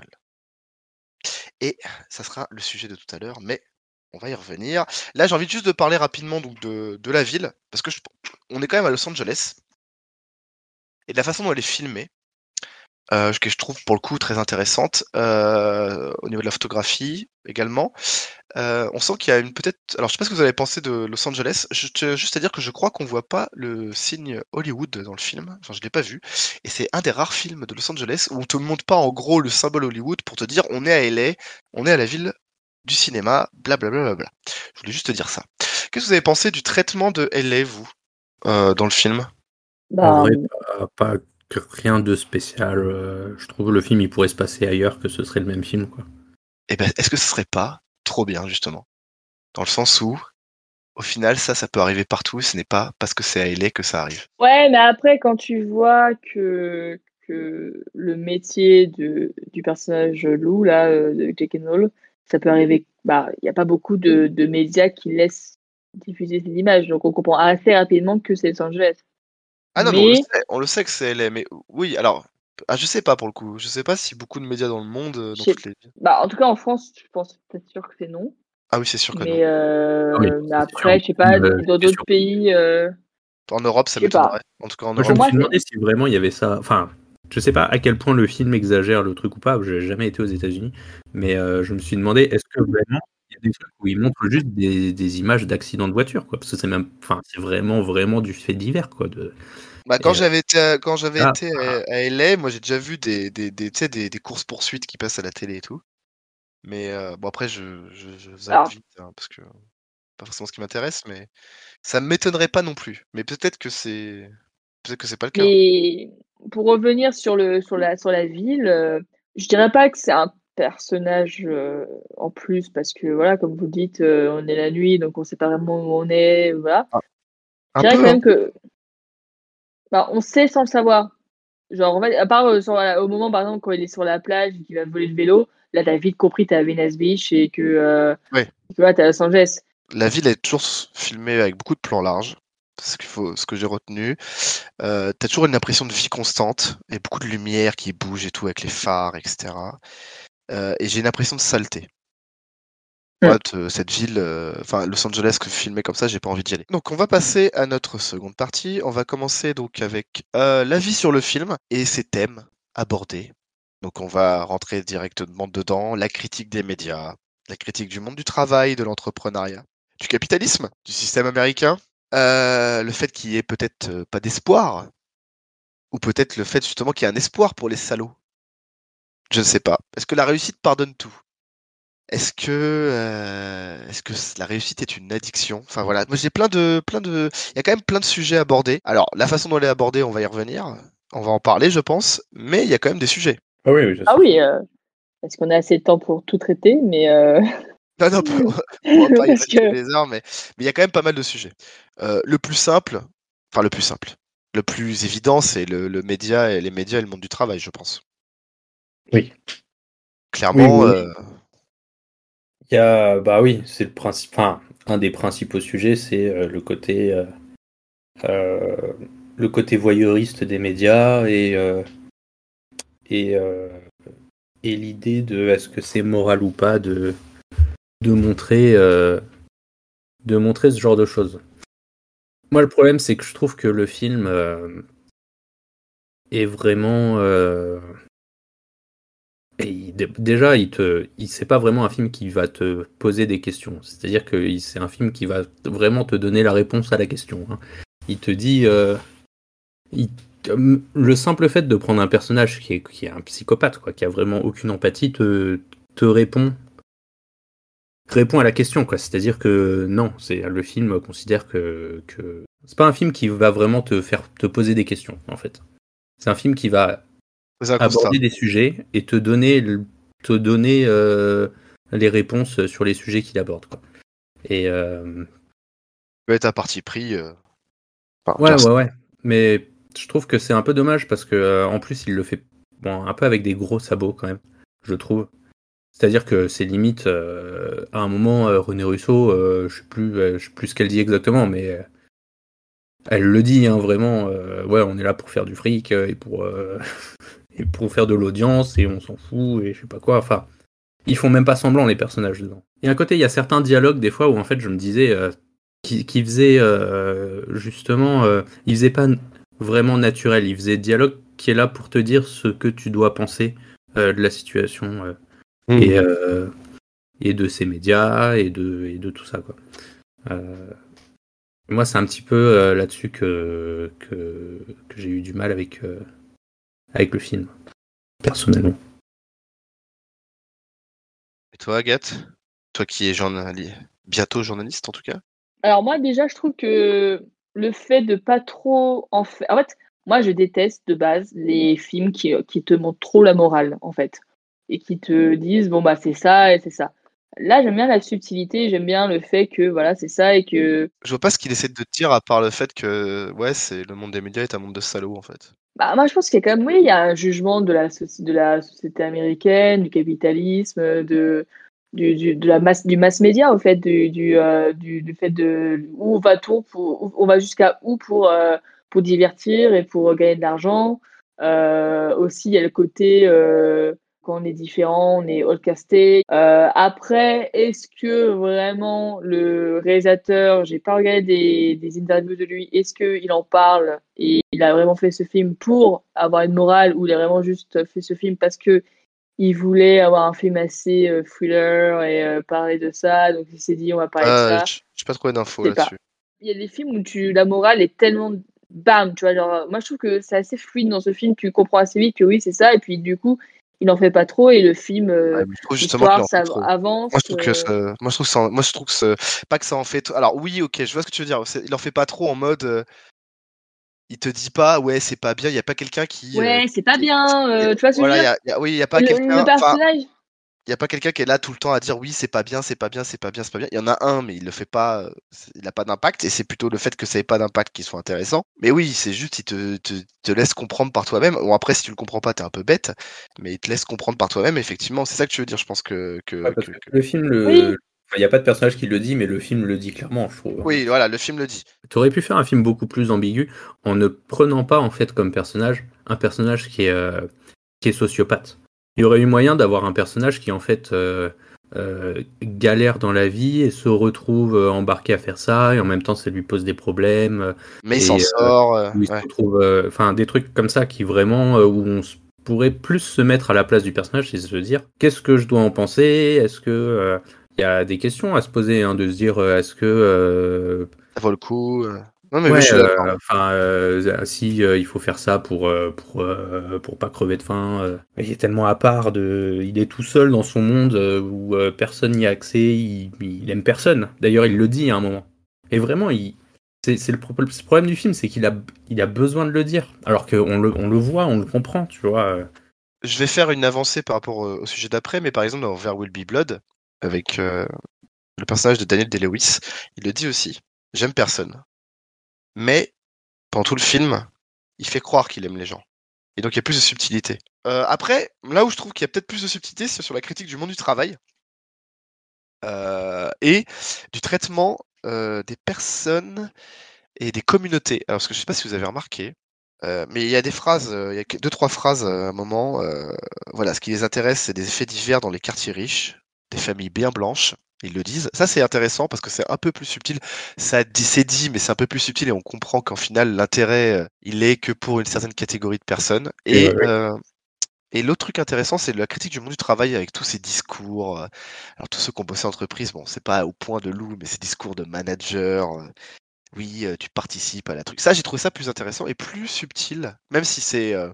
Speaker 6: Et ça sera le sujet de tout à l'heure, mais on va y revenir. Là, j'ai envie juste de parler rapidement donc, de, de la ville, parce que je- on est quand même à Los Angeles, et de la façon dont elle est filmée, euh, que je trouve pour le coup très intéressante, euh, au niveau de la photographie également. Euh, on sent qu'il y a une peut-être. Alors, je sais pas ce que vous avez pensé de Los Angeles. Je tiens juste à dire que je crois qu'on voit pas le signe Hollywood dans le film. Enfin, je l'ai pas vu. Et c'est un des rares films de Los Angeles où on te montre pas en gros le symbole Hollywood pour te dire on est à L A, on est à la ville du cinéma, blablabla. Bla, bla, bla. Je voulais juste te dire ça. Qu'est-ce que vous avez pensé du traitement de L A, vous, euh, dans le film?
Speaker 8: En
Speaker 7: Bah,
Speaker 8: vrai, pas, pas que rien de spécial. euh, Je trouve que le film, il pourrait se passer ailleurs, que ce serait le même film, quoi.
Speaker 6: Eh ben, est-ce que ce serait pas trop bien, justement? Dans le sens où, au final, ça, ça peut arriver partout. Ce n'est pas parce que c'est à L A que ça arrive.
Speaker 7: ouais, mais après, quand tu vois que, que le métier de, du personnage Lou, là, euh, de Jake and Hall, ça peut arriver. Bah, il n'y a pas beaucoup de, de médias qui laissent diffuser ces images. Donc, on comprend assez rapidement que c'est Los Angeles.
Speaker 6: Ah non, mais on le
Speaker 7: Mais,
Speaker 6: sait, on le sait que c'est L A, mais oui, alors, ah, je sais pas pour le coup. Je sais pas si beaucoup de médias dans le monde, euh,
Speaker 7: je
Speaker 6: dans
Speaker 7: sais-
Speaker 6: toutes les villes.
Speaker 7: bah, en tout cas, en France, je pense peut-être sûr que c'est non.
Speaker 6: Ah oui, c'est sûr que non.
Speaker 7: Mais,
Speaker 8: Ah oui,
Speaker 7: euh, mais
Speaker 8: ça, c'est sûr.
Speaker 7: après, je sais pas,
Speaker 8: Euh,
Speaker 7: dans
Speaker 8: c'est
Speaker 7: d'autres
Speaker 8: sûr.
Speaker 7: pays, euh,
Speaker 6: En Europe, ça
Speaker 7: je sais pas.
Speaker 6: m'étonnerait. En tout cas, en
Speaker 8: Moi, je
Speaker 7: Pour
Speaker 8: me
Speaker 6: Europe.
Speaker 7: moi,
Speaker 8: suis
Speaker 7: c'est
Speaker 8: demandé si vraiment il y avait ça. Enfin, je sais pas à quel point le film exagère le truc ou pas. J'ai jamais été aux États-Unis, mais euh, je me suis demandé est-ce que vraiment il y a des trucs où ils montrent juste des, des images d'accidents de voiture, quoi. Parce que c'est même, enfin, c'est vraiment, vraiment du fait divers, quoi. De...
Speaker 6: Bah, quand
Speaker 8: Et, euh,
Speaker 6: j'avais été, à, quand j'avais
Speaker 8: là,
Speaker 6: été à, à L A, moi j'ai déjà vu des, des, des, tu sais, des, des courses poursuites qui passent à la télé et tout. Mais euh, bon, après, je, je, je zappe
Speaker 7: Alors,
Speaker 6: vite, hein, parce que pas forcément ce qui m'intéresse, mais ça m'étonnerait pas non plus. Mais peut-être que c'est, peut-être que c'est pas le cas.
Speaker 7: mais pour revenir sur le sur la sur la ville, euh, je dirais pas que c'est un personnage euh, en plus parce que voilà, comme vous dites, euh, on est la nuit, donc on sait pas vraiment où on est, voilà.
Speaker 6: Ah,
Speaker 7: Je
Speaker 6: un
Speaker 7: dirais
Speaker 6: peu,
Speaker 7: quand
Speaker 6: hein.
Speaker 7: même que bah, on sait sans le savoir. Genre, en fait, à part euh, sur la- au moment, par exemple, quand il est sur la plage et qu'il va voler le vélo, là, t'as vite compris que t'es à Venice Beach et que, euh,
Speaker 6: Ouais.
Speaker 7: que voilà, t'es à Los Angeles.
Speaker 6: La ville est toujours s- filmée avec beaucoup de plans larges. Ce qu'il faut, ce que j'ai retenu. Euh, t'as toujours une impression de vie constante et beaucoup de lumière qui bouge et tout avec les phares, et cetera. Euh, et j'ai une impression de saleté.
Speaker 7: Hmm.
Speaker 6: Moi, te- cette ville, euh, enfin Los Angeles que filmé comme ça, j'ai pas envie d'y aller. Donc on va passer à notre seconde partie. On va commencer donc avec euh, l'avis sur le film et ses thèmes abordés. Donc on va rentrer directement dedans. La critique des médias, la critique du monde du travail, de l'entrepreneuriat, du capitalisme, du système américain, euh, le fait qu'il y ait peut-être euh, pas d'espoir, ou peut-être le fait justement qu'il y ait un espoir pour les salauds. Je ne sais pas. Est-ce que la réussite pardonne tout? Est-ce que, euh, est-ce que la réussite est une addiction? Enfin voilà, moi j'ai plein de, plein de, il y a quand même plein de sujets abordés. Alors la façon dont elle est abordée, on va y revenir, on va en parler, je pense, mais il y a quand même des sujets.
Speaker 8: Ah oui, oui, je
Speaker 7: Ah
Speaker 8: sais.
Speaker 7: oui, euh, est-ce qu'on a assez de temps pour tout traiter? Mais euh,
Speaker 6: Non, non, on va pas y
Speaker 7: Parce
Speaker 6: rester
Speaker 7: que
Speaker 6: des heures, mais mais il y a quand même pas mal de sujets. Euh, le plus simple, enfin le plus simple, le plus évident, c'est le, le média et les médias et le monde du travail, je pense.
Speaker 8: Oui.
Speaker 6: Clairement,
Speaker 8: Oui, oui.
Speaker 6: euh,
Speaker 8: Il y a, bah oui, c'est le principe. Enfin, un des principaux sujets, c'est euh, le côté, euh, euh, le côté voyeuriste des médias et euh, et euh, et l'idée de est-ce que c'est moral ou pas de de montrer euh, de montrer ce genre de choses. Moi, le problème, c'est que je trouve que le film euh, est vraiment euh, et il- dé- déjà, il te, il c'est pas vraiment un film qui va te poser des questions. C'est-à-dire que il- c'est un film qui va t- vraiment te donner la réponse à la question, hein. Il te dit, euh, il- euh, le simple fait de prendre un personnage qui est, qui est un psychopathe, quoi, qui a vraiment aucune empathie, te, te répond, répond à la question, quoi. C'est-à-dire que non, c'est le film considère que, que c'est pas un film qui va vraiment te faire te poser des questions, en fait. C'est un film qui va
Speaker 6: c'est un constat.
Speaker 8: aborder des sujets et te donner, le- te donner euh, les réponses sur les sujets qu'il aborde, quoi. Et euh,
Speaker 6: Peut être un parti pris. euh, enfin,
Speaker 8: ouais,
Speaker 6: perso-
Speaker 8: ouais, ouais. Mais je trouve que c'est un peu dommage parce que euh, en plus il le fait bon, un peu avec des gros sabots quand même, je trouve. C'est-à-dire que c'est limite euh, à un moment euh, René Russo, euh, je sais plus, euh, je sais plus ce qu'elle dit exactement, mais euh, elle le dit hein, vraiment. euh, ouais, on est là pour faire du fric euh, et pour euh, et pour faire de l'audience et on s'en fout et je sais pas quoi. Enfin. Ils font même pas semblant les personnages dedans. Et à côté, il y a certains dialogues des fois où en fait je me disais euh, qui, qui faisaient euh, justement, euh, ils faisaient pas n- vraiment naturel. Ils faisaient dialogue qui est là pour te dire ce que tu dois penser euh, de la situation euh,
Speaker 6: Mm.
Speaker 8: et euh, et de ces médias et de et de tout ça quoi. Euh, moi, c'est un petit peu euh, là-dessus que que que j'ai eu du mal avec euh, avec le film personnellement.
Speaker 6: Et toi, Agathe? Toi qui es journaliste, bientôt journaliste en tout cas.
Speaker 7: Alors moi déjà je trouve que le fait de pas trop en fait en fait moi je déteste de base les films qui, qui te montrent trop la morale en fait et qui te disent bon bah c'est ça et c'est ça. Là j'aime bien la subtilité, j'aime bien le fait que voilà c'est ça et que
Speaker 6: Je vois pas ce qu'il essaie de te dire à part le fait que ouais, c'est le monde des médias est un monde de salauds en fait.
Speaker 7: bah moi je pense qu'il y a quand même oui il y a un jugement de la soci- de la société américaine, du capitalisme, de du, du, de la masse du mass média au fait du du, euh, du du fait de où on va tout pour où on va jusqu'à où pour euh, pour divertir et pour gagner de l'argent. Euh, aussi il y a le côté euh, quand on est différent on est outcasté. Euh, après est-ce que vraiment le réalisateur, j'ai pas regardé des, des interviews de lui, est-ce que il en parle et il a vraiment fait ce film pour avoir une morale ou il a vraiment juste fait ce film parce que il voulait avoir un film assez euh, thriller et euh, parler de ça, donc il s'est dit on va parler de
Speaker 6: Euh,
Speaker 7: ça.
Speaker 6: j- j'ai pas trouvé d'infos
Speaker 7: Je sais pas.
Speaker 6: là-dessus.
Speaker 7: Il y a des films où tu, la morale est tellement bam, tu vois, genre, euh, moi je trouve que c'est assez fluide dans ce film, tu comprends assez vite que oui c'est ça, et puis du coup il en fait pas trop et le film, euh,
Speaker 6: Ouais, mais je trouve justement qu'il
Speaker 7: l'histoire
Speaker 6: en
Speaker 7: ça
Speaker 6: fait trop.
Speaker 7: avance.
Speaker 6: Moi je trouve que
Speaker 7: euh,
Speaker 6: ça... moi je trouve que ça... moi je trouve que ça... pas que ça en fait trop. Alors oui, ok, je vois ce que tu veux dire. C'est- Il en fait pas trop en mode euh, il te dit pas ouais, c'est pas bien, il y a pas quelqu'un qui, euh,
Speaker 7: Ouais, c'est pas
Speaker 6: qui-
Speaker 7: bien,
Speaker 6: qui-
Speaker 7: euh, tu vois ce que je
Speaker 6: voilà,
Speaker 7: veux
Speaker 6: il y
Speaker 7: dire?
Speaker 6: a... il y a- oui, il y a pas
Speaker 7: Le,
Speaker 6: quelqu'un
Speaker 7: le
Speaker 6: enfin
Speaker 7: personnage,
Speaker 6: il y a pas quelqu'un qui est là tout le temps à dire oui, c'est pas bien, c'est pas bien, c'est pas bien, c'est pas bien. Il y en a un mais il le fait pas, euh, c'est- il a pas d'impact et c'est plutôt le fait que ça ait pas d'impact qui soit intéressant. Mais oui, c'est juste il te, te, te laisse comprendre par toi-même. Bon après si tu le comprends pas, t'es un peu bête, mais il te laisse comprendre par toi-même effectivement, c'est ça que tu veux dire, je pense que que,
Speaker 8: Ouais, parce
Speaker 6: que-
Speaker 8: que
Speaker 6: que-
Speaker 8: le film, le,
Speaker 7: oui.
Speaker 8: enfin, il n'y a pas de personnage qui le dit, mais le film le dit clairement, je trouve.
Speaker 6: Oui, voilà, le film le dit.
Speaker 8: Tu aurais pu faire un film beaucoup plus ambigu en ne prenant pas en fait comme personnage un personnage qui est, euh, qui est sociopathe. Il y aurait eu moyen d'avoir un personnage qui en fait euh, euh, galère dans la vie et se retrouve euh, embarqué à faire ça et en même temps ça lui pose des problèmes euh,
Speaker 6: Mais il
Speaker 8: et
Speaker 6: s'en
Speaker 8: euh,
Speaker 6: sort. euh,
Speaker 8: où il se
Speaker 6: ouais.
Speaker 8: retrouve, euh, enfin des trucs comme ça qui vraiment euh, où on s- pourrait plus se mettre à la place du personnage et se dire qu'est-ce que je dois en penser, est-ce que euh, il y a des questions à se poser, hein, de se dire euh, est-ce que euh,
Speaker 6: Ça vaut le coup. euh. Non mais oui,
Speaker 8: ouais,
Speaker 6: je suis d'accord.
Speaker 8: euh, enfin, euh, si euh, il faut faire ça pour euh, pour euh, pour pas crever de faim. euh, il est tellement à part de, il est tout seul dans son monde euh, où euh, personne n'y a accès. Il, il aime personne. D'ailleurs, il le dit à un moment. Et vraiment, il, c'est c'est le, pro- le problème du film, c'est qu'il a il a besoin de le dire. Alors qu'on le on le voit, on le comprend, tu vois. euh.
Speaker 6: Je vais faire une avancée par rapport au, au sujet d'après, mais par exemple dans There Will Be Blood, avec euh, le personnage de Daniel Day-Lewis, il le dit aussi. J'aime personne. Mais, pendant tout le film, il fait croire qu'il aime les gens. Et donc, il y a plus de subtilité. Euh, après, là où je trouve qu'il y a peut-être plus de subtilité, c'est sur la critique du monde du travail. Euh, et du traitement euh, des personnes et des communautés. Alors, parce que je sais pas si vous avez remarqué, euh, mais il y a des phrases, euh, il y a que deux, trois phrases euh, à un moment. Euh, voilà, ce qui les intéresse, c'est des effets divers dans les quartiers riches, des familles bien blanches. Ils le disent. Ça, c'est intéressant parce que c'est un peu plus subtil. Ça dit, c'est dit, mais c'est un peu plus subtil et on comprend qu'en final, l'intérêt, euh, il est que pour une certaine catégorie de personnes. Et,
Speaker 8: Et, ouais, ouais.
Speaker 6: euh, et l'autre truc intéressant, c'est la critique du monde du travail avec tous ces discours. euh, Alors, tous ceux qui ont bossé en entreprise, bon, c'est pas au point de Lou, mais ces discours de manager. euh, Oui, euh, tu participes à la truc. Ça, j'ai trouvé ça plus intéressant et plus subtil, même si c'est. euh,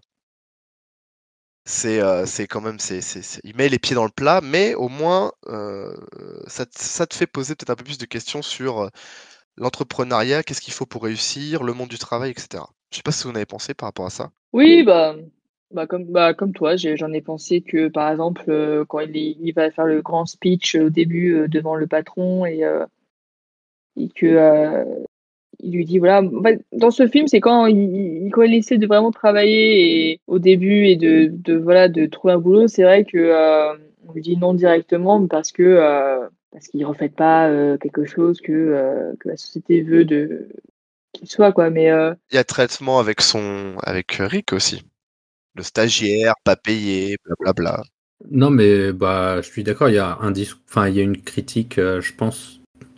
Speaker 6: c'est euh, c'est quand même. c'est c'est- c'est- Il met les pieds dans le plat, mais au moins, euh, ça, te- ça te fait poser peut-être un peu plus de questions sur euh, l'entrepreneuriat, qu'est-ce qu'il faut pour réussir, le monde du travail, et cetera. Je sais pas si vous en avez pensé par rapport à ça.
Speaker 7: Oui, bah, bah comme bah comme toi, j'ai- j'en ai pensé que par exemple euh, quand il, est- il va faire le grand speech au début euh, devant le patron et, euh, et que euh, il lui dit voilà, en fait, dans ce film c'est quand il, il- quand il essaie de vraiment travailler et au début et de, de voilà de trouver un boulot, c'est vrai que euh, on lui dit non directement parce que euh, parce qu'il reflète pas euh, quelque chose que euh, que la société veut de qu'il soit quoi, mais euh,
Speaker 6: Il y a traitement avec son. Avec Rick aussi. Le stagiaire, pas payé, blablabla.
Speaker 8: Non, mais bah, je suis d'accord. Il y a un dis- enfin, il y a une critique, euh, je pense,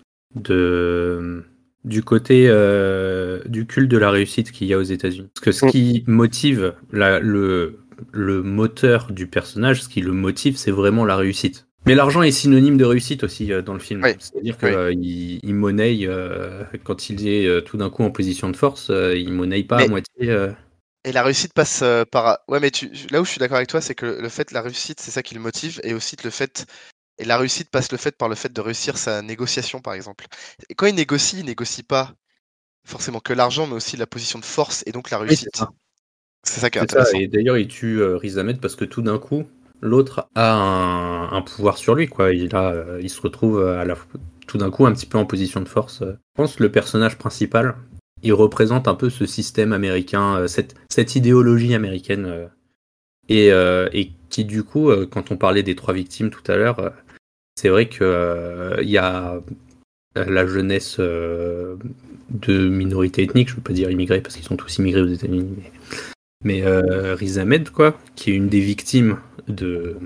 Speaker 8: de du côté euh, du culte de la réussite qu'il y a aux États-Unis. Parce que ce
Speaker 6: Mm.
Speaker 8: qui motive la- le le moteur du personnage, ce qui le motive, c'est vraiment la réussite. Mais l'argent est synonyme de réussite aussi euh, dans le film.
Speaker 6: Oui,
Speaker 8: C'est-à-dire que
Speaker 6: oui.
Speaker 8: euh, il, il monnaie euh, quand il est euh, tout d'un coup en position de force, euh, il monnaie pas à
Speaker 6: Mais
Speaker 8: moitié. euh,
Speaker 6: Et la réussite passe euh, par. Ouais, mais tu... là où je suis d'accord avec toi, c'est que le fait, la réussite, c'est ça qui le motive, et aussi le fait. Et la réussite passe le fait par le fait de réussir sa négociation, par exemple. Et quand il négocie, il négocie pas forcément que l'argent, mais aussi la position de force et donc la
Speaker 8: Oui, c'est
Speaker 6: réussite.
Speaker 8: ça.
Speaker 6: C'est ça qui est
Speaker 8: C'est ça,
Speaker 6: intéressant.
Speaker 8: et d'ailleurs il tue euh, Riz Ahmed parce que tout d'un coup, l'autre a un, un pouvoir sur lui, quoi. Il, a, euh, il se retrouve à la, tout d'un coup un petit peu en position de force. Je pense que le personnage principal, il représente un peu ce système américain, euh, cette, cette idéologie américaine, euh, et, euh, et qui du coup, euh, quand on parlait des trois victimes tout à l'heure, euh, c'est vrai qu'il euh, y a la jeunesse euh, de minorités ethniques, je ne veux pas dire immigrés parce qu'ils sont tous immigrés aux États-Unis, mais mais euh, Riz Ahmed, quoi, qui est une des victimes de,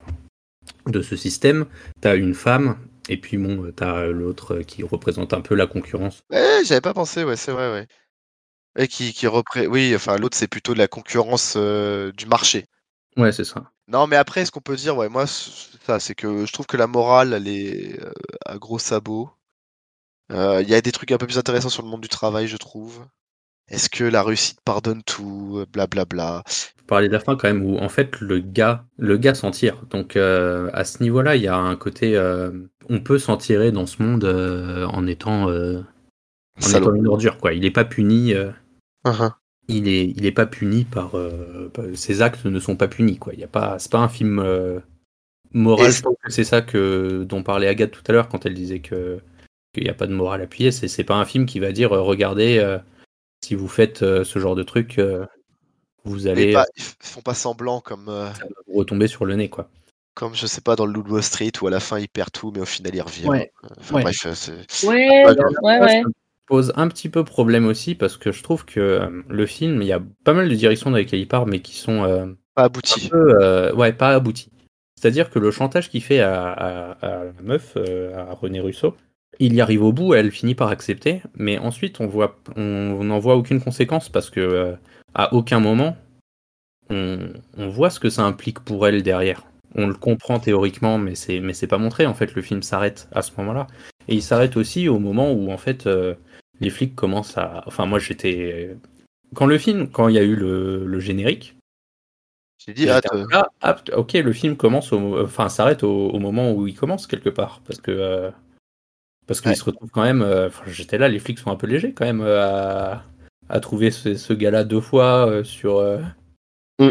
Speaker 8: de ce système. T'as une femme, et puis bon, t'as l'autre qui représente un peu la concurrence.
Speaker 6: Ouais, j'avais pas pensé, ouais, c'est vrai, ouais. Et qui, qui repré... Oui, enfin, l'autre, c'est plutôt de la concurrence euh, du marché.
Speaker 8: Ouais, c'est ça.
Speaker 6: Non, mais après, ce qu'on peut dire, ouais, moi, c'est ça, c'est que je trouve que la morale, elle est euh, à gros sabots. Euh, Il y a des trucs un peu plus intéressants sur le monde du travail, je trouve. Est-ce que la réussite pardonne tout? Blablabla.
Speaker 8: Faut parler de la fin quand même, où en fait le gars, le gars s'en tire. Donc euh, à ce niveau-là, il y a un côté, euh, on peut s'en tirer dans ce monde euh, en étant, euh, en
Speaker 6: Salaud.
Speaker 8: étant une ordure, quoi. Il est pas puni. euh,
Speaker 6: Uh-huh.
Speaker 8: il est, il est pas puni par, euh, par- ses actes ne sont pas punis, quoi. Il y a pas, c'est pas un film euh, moral.
Speaker 6: Et
Speaker 8: Je pense que c'est ça que dont parlait Agathe tout à l'heure quand elle disait que qu'il n'y a pas de morale appuyée. C'est, c'est pas un film qui va dire euh, regardez, euh, si vous faites euh, ce genre de truc, euh, vous
Speaker 6: Mais
Speaker 8: allez
Speaker 6: pas,
Speaker 8: euh,
Speaker 6: ils f- font pas semblant comme, euh,
Speaker 8: ça va vous retomber sur le nez, quoi.
Speaker 6: comme je sais pas dans le Loup de Wall Street où à la fin il perd tout mais au final il revient.
Speaker 8: Ouais.
Speaker 6: Euh, Enfin
Speaker 8: Ouais.
Speaker 6: bref, euh, c'est
Speaker 7: ouais,
Speaker 6: pas grave.
Speaker 7: ouais,
Speaker 8: Ça,
Speaker 7: ouais.
Speaker 8: ça pose un petit peu problème aussi parce que je trouve que euh, le film, il y a pas mal de directions dans lesquelles il part, mais qui sont euh,
Speaker 6: Pas
Speaker 8: un
Speaker 6: abouti.
Speaker 8: peu, euh, ouais, pas abouties. C'est-à-dire que le chantage qu'il fait à, à- à la meuf, euh, à René Russo, il y arrive au bout, elle finit par accepter, mais ensuite on voit, on n'en voit aucune conséquence parce que euh, à aucun moment on, on voit ce que ça implique pour elle derrière. On le comprend théoriquement, mais c'est mais c'est pas montré. En fait, le film s'arrête à ce moment-là, et il s'arrête aussi au moment où en fait euh, les flics commencent à. Enfin, moi j'étais quand le film, quand il y a eu le, le générique.
Speaker 6: J'ai dit, ah,
Speaker 8: J'étais un peu là, ah, ok, le film commence au, enfin, s'arrête au, au moment où il commence quelque part, parce que euh, parce qu'il
Speaker 6: Ouais.
Speaker 8: se retrouve quand même. euh, enfin, j'étais là, les flics sont un peu légers quand même euh, à, à trouver ce, ce gars-là deux fois euh, sur euh,
Speaker 6: Mm.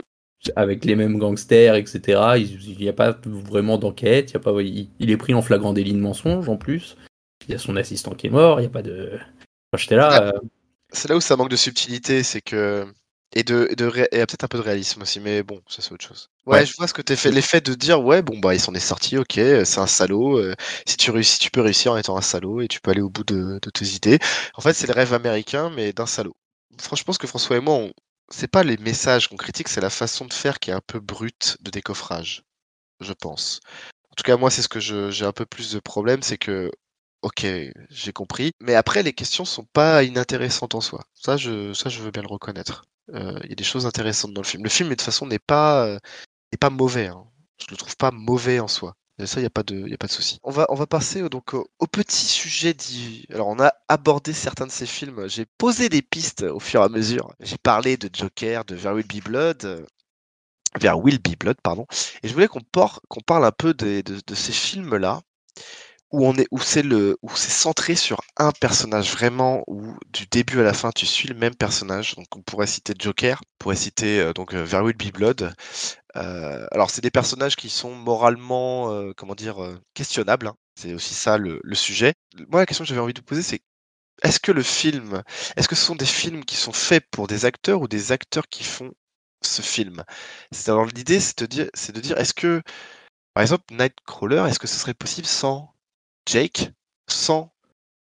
Speaker 8: avec les mêmes gangsters, et cetera. Il n'y a pas vraiment d'enquête, il, y a pas, il, il est pris en flagrant délit de mensonge en plus. Il y a son assistant qui est mort, il n'y a pas de... Enfin, j'étais là... Euh...
Speaker 6: C'est là où ça manque de subtilité, c'est que... Et, de, et, de ré... et peut-être un peu de réalisme aussi, mais bon, ça c'est autre chose. Ouais, ouais. Je vois ce que t'es fait. L'effet de dire, ouais, bon, bah, il s'en est sorti, ok, c'est un salaud. Euh, si tu réussis, tu peux réussir en étant un salaud et tu peux aller au bout de, de tes idées. En fait, c'est le rêve américain, mais d'un salaud. Franchement, je pense que François et moi, on... c'est pas les messages qu'on critique, c'est la façon de faire qui est un peu brute de décoffrage, je pense. En tout cas, moi, c'est ce que je... j'ai un peu plus de problème, c'est que ok, j'ai compris. Mais après, les questions sont pas inintéressantes en soi. Ça, je, ça, je veux bien le reconnaître. Il euh, y a des choses intéressantes dans le film. Le film, de toute façon, n'est pas, euh, n'est pas mauvais. Hein. Je le trouve pas mauvais en soi. Et ça, il n'y a pas de, y a pas de souci. On va, on va passer donc au, au petit sujet dit. Alors, on a abordé certains de ces films. J'ai posé des pistes au fur et à mesure. J'ai parlé de Joker, de There Will Be Blood. Euh, There Will Be Blood, pardon. Et je voulais qu'on, por- qu'on parle un peu de, de, de ces films-là. Où on est, où c'est le, où c'est centré sur un personnage vraiment, où du début à la fin tu suis le même personnage. Donc on pourrait citer Joker, on pourrait citer euh, donc euh, There Will Be Blood. Euh, alors c'est des personnages qui sont moralement, euh, comment dire, euh, questionnables. Hein. C'est aussi ça le, le sujet. Moi la question que j'avais envie de vous poser c'est est-ce que le film, est-ce que ce sont des films qui sont faits pour des acteurs ou des acteurs qui font ce film? C'est alors l'idée c'est de dire, c'est de dire est-ce que par exemple Nightcrawler, est-ce que ce serait possible sans Jake sans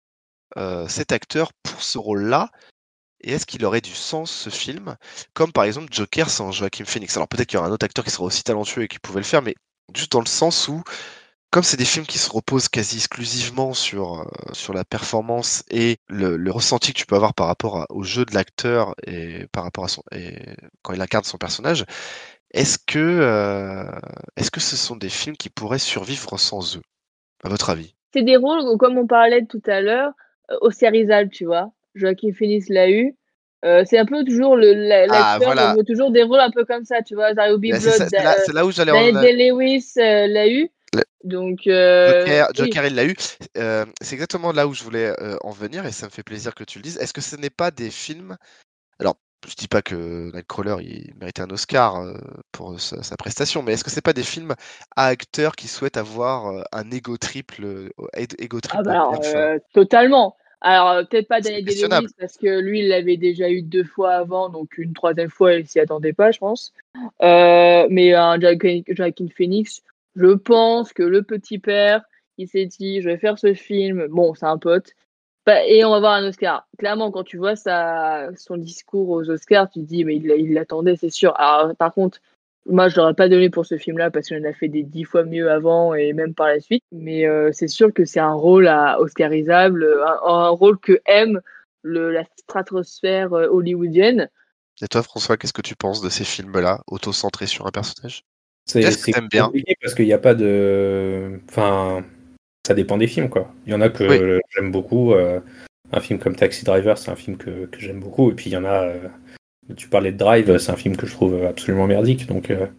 Speaker 6: euh, cet acteur pour ce rôle-là? Et est-ce qu'il aurait du sens ce film? Comme par exemple Joker sans Joaquin Phoenix. Alors peut-être qu'il y aura un autre acteur qui sera aussi talentueux et qui pouvait le faire, mais juste dans le sens où, comme c'est des films qui se reposent quasi exclusivement sur, euh, sur la performance et le, le ressenti que tu peux avoir par rapport à, au jeu de l'acteur et par rapport à son et quand il incarne son personnage, est-ce que euh, est-ce que ce sont des films qui pourraient survivre sans eux, à votre avis?
Speaker 7: C'est des rôles, comme on parlait tout à l'heure, euh, oscarisable, tu vois. Joaquin Phoenix l'a eu. Euh, c'est un peu toujours le, la, l'acteur
Speaker 6: ah, voilà.
Speaker 7: veut toujours des rôles un peu comme ça, tu vois. There Will Be Blood,
Speaker 6: c'est, c'est, là, c'est là où j'allais
Speaker 7: Daniel
Speaker 6: en...
Speaker 7: Day-Lewis euh, l'a eu. Le... Donc, euh,
Speaker 6: Joker, Joker oui. Il l'a eu. Euh, c'est exactement là où je voulais euh, en venir et ça me fait plaisir que tu le dises. Est-ce que ce n'est pas des films... Alors, je dis pas que Nightcrawler il méritait un Oscar euh, pour sa, sa prestation, mais est-ce que c'est pas des films à acteurs qui souhaitent avoir euh, un ego triple, euh, ego triple
Speaker 7: ah bah alors, euh, totalement. Alors peut-être pas Daniel Day-Lewis parce que lui il l'avait déjà eu deux fois avant, donc une troisième fois il s'y attendait pas, je pense. Euh, mais un Joaquin, Joaquin Phoenix, je pense que le petit père, il s'est dit je vais faire ce film. Bon, c'est un pote. Et on va avoir un Oscar. Clairement, quand tu vois sa, son discours aux Oscars, tu te dis, mais il, il l'attendait, c'est sûr. Alors, par contre, moi, je l'aurais pas donné pour ce film-là parce qu'il en a fait des dix fois mieux avant et même par la suite. Mais euh, c'est sûr que c'est un rôle à oscarisable, un, un rôle que aime le, la stratosphère hollywoodienne.
Speaker 6: Et toi, François, qu'est-ce que tu penses de ces films-là, auto-centrés sur un personnage?
Speaker 8: C'est,
Speaker 6: Qu'est-ce
Speaker 8: c'est
Speaker 6: que t'aimes bien?
Speaker 8: Parce qu'il n'y a pas de... Enfin... Ça dépend des films, quoi. Il y en a que oui. j'aime beaucoup. Euh, un film comme Taxi Driver, c'est un film que, que j'aime beaucoup. Et puis il y en a... Euh, tu parlais de Drive, c'est un film que je trouve absolument merdique. Donc... Euh...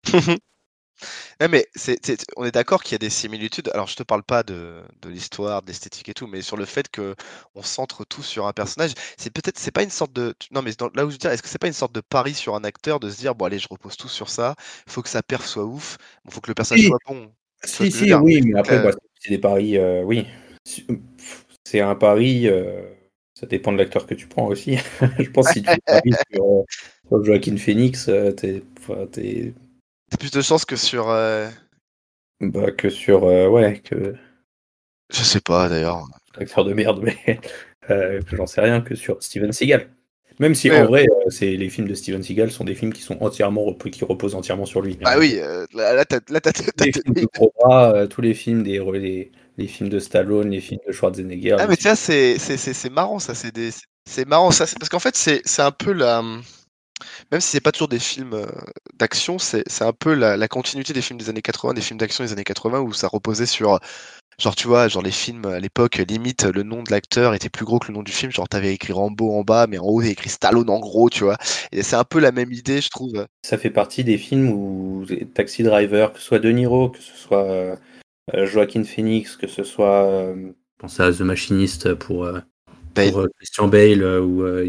Speaker 6: ouais, mais c'est, c'est, on est d'accord qu'il y a des similitudes. Alors je te parle pas de, de l'histoire, de l'esthétique et tout, mais sur le fait que on centre tout sur un personnage. C'est peut-être... C'est pas une sorte de... Non, mais dans, là où je veux dire, est-ce que c'est pas une sorte de pari sur un acteur de se dire, bon allez, je repose tout sur ça. Il faut que sa perf soit ouf. Il faut que le personnage oui. soit bon.
Speaker 8: Si, si, oui, mais après, euh... bah, c'est des paris, euh, oui. C'est un pari, euh, ça dépend de l'acteur que tu prends aussi. Je pense que si tu paries sur, euh, sur Joaquin Phoenix, euh, t'es, t'es...
Speaker 6: T'as plus de chance que sur... Euh...
Speaker 8: Bah, que sur... Euh, ouais, que...
Speaker 6: Je sais pas, d'ailleurs.
Speaker 8: Acteur de merde, mais euh, j'en sais rien, que sur Steven Seagal. Même si, mais en euh... vrai, euh, c'est, les films de Steven Seagal sont des films qui sont entièrement rep- qui reposent entièrement sur lui.
Speaker 6: Ah hein. Oui, euh, là, là, t'as, là, t'as, t'as,
Speaker 8: les
Speaker 6: t'as...
Speaker 8: films de Cobra, euh, tous les films des... Les, les films de Stallone, les films de Schwarzenegger.
Speaker 6: Ah, mais tu vois, c'est, c'est, c'est, c'est marrant, ça. C'est, des, c'est, c'est marrant, ça. C'est, parce qu'en fait, c'est, c'est un peu la... Même si c'est pas toujours des films euh, d'action, c'est, c'est un peu la, la continuité des films des années quatre-vingts, des films d'action des années quatre-vingts, où ça reposait sur... Genre, tu vois, genre les films à l'époque, limite, le nom de l'acteur était plus gros que le nom du film. Genre, t'avais écrit Rambo en bas, mais en haut, t'avais écrit Stallone en gros, tu vois. Et c'est un peu la même idée, je trouve.
Speaker 8: Ça fait partie des films où Taxi Driver, que ce soit De Niro, que ce soit euh, Joaquin Phoenix, que ce soit. Euh... Pensez à The Machinist pour, euh, pour euh, Christian Bale, euh, où euh, il,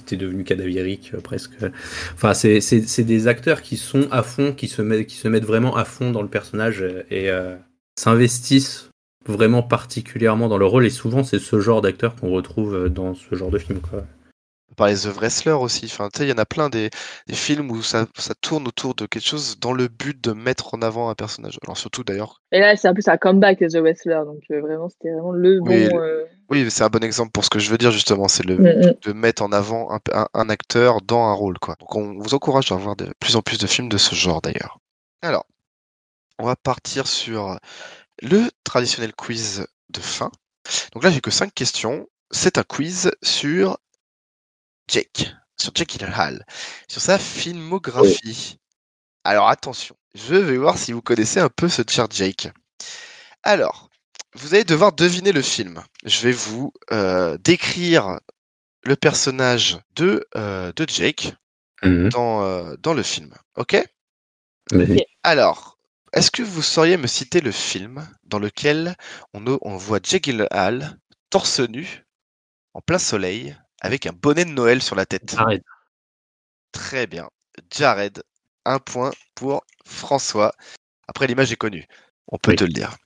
Speaker 8: était devenu cadavérique euh, presque. Enfin, c'est, c'est, c'est des acteurs qui sont à fond, qui se, met, qui se mettent vraiment à fond dans le personnage et euh, s'investissent vraiment particulièrement dans le rôle. Et souvent, c'est ce genre d'acteurs qu'on retrouve dans ce genre de film, quoi.
Speaker 6: Par les The Wrestler aussi. Enfin, tu sais, il y en a plein des, des films où ça, ça tourne autour de quelque chose dans le but de mettre en avant un personnage. Alors surtout d'ailleurs.
Speaker 7: Et là, c'est un peu ça comeback The Wrestler, donc euh, vraiment, c'était vraiment le
Speaker 6: Oui,
Speaker 7: bon. Euh...
Speaker 6: Oui, c'est un bon exemple pour ce que je veux dire justement. C'est le
Speaker 7: Mm-hmm.
Speaker 6: de mettre en avant un, un, un acteur dans un rôle, quoi. Donc on vous encourage à voir de plus en plus de films de ce genre d'ailleurs. Alors, on va partir sur le traditionnel quiz de fin. Donc là, j'ai que cinq questions. C'est un quiz sur Jake, sur Jake Gyllenhaal, sur sa filmographie. Oui. Alors attention, je vais voir si vous connaissez un peu ce cher Jake. Alors, vous allez devoir deviner le film. Je vais vous euh, décrire le personnage de, euh, de Jake mmh. dans, euh, dans le film. Ok ?
Speaker 8: Oui.
Speaker 6: Alors, est-ce que vous sauriez me citer le film dans lequel on, on voit Jake Gyllenhaal torse nu, en plein soleil, avec un bonnet de Noël sur la tête ?
Speaker 8: Jared.
Speaker 6: Très bien. Jared. Un point pour François. Après, l'image est connue. On peut oui. te le dire.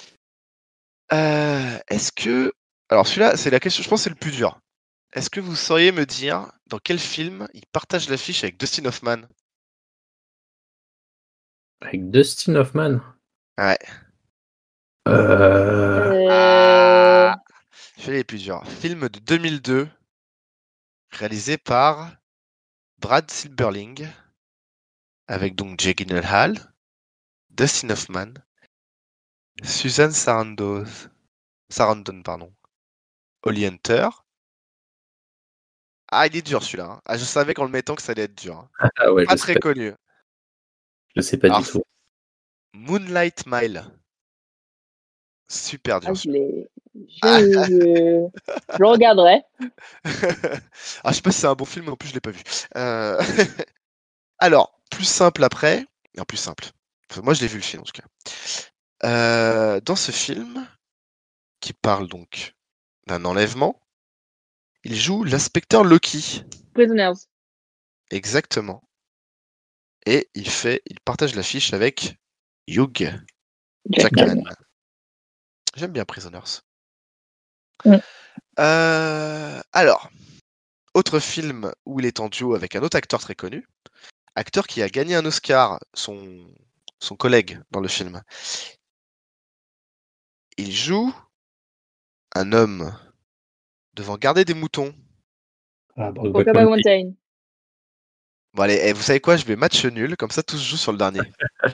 Speaker 6: Euh, est-ce que... Alors celui-là, c'est la question, je pense que c'est le plus dur. Est-ce que vous sauriez me dire dans quel film il partage l'affiche avec Dustin Hoffman ?
Speaker 8: Avec Dustin Hoffman ?
Speaker 6: Ouais.
Speaker 8: Euh...
Speaker 6: Ah, je fais les plus durs. Film de deux mille deux, réalisé par Brad Silberling, avec donc Jake Gyllenhaal, Dustin Hoffman, Susan Sarandon, Sarandon pardon, Holly Hunter. Ah, il est dur celui-là. Hein. Ah, je savais qu'en le mettant que ça allait être dur. Hein.
Speaker 8: Ah ouais,
Speaker 6: pas
Speaker 8: je
Speaker 6: très
Speaker 8: sais
Speaker 6: connu.
Speaker 8: Je sais pas
Speaker 6: Alors,
Speaker 8: du tout.
Speaker 6: Moonlight Mile. Super dur.
Speaker 7: Ah, je l'ai. Je, ah. je... je le regarderai.
Speaker 6: ah, je sais pas si c'est un bon film, mais en plus je l'ai pas vu. Euh... Alors, plus simple après. Non, plus simple. Enfin, moi je l'ai vu le film en tout cas. Euh, dans ce film, qui parle donc d'un enlèvement, il joue l'inspecteur Loki.
Speaker 7: Prisoners.
Speaker 6: Exactement. Et il fait, il partage l'affiche avec Hugh Jackman. J'aime bien Prisoners.
Speaker 7: Mm.
Speaker 6: Euh, alors, autre film où il est en duo avec un autre acteur très connu, acteur qui a gagné un Oscar, son, son collègue dans le film. Il joue un homme devant garder des moutons.
Speaker 8: Ah,
Speaker 7: Brokeback Mountain.
Speaker 6: Bon allez, eh, vous savez quoi, je vais match nul, comme ça tous jouent sur le dernier.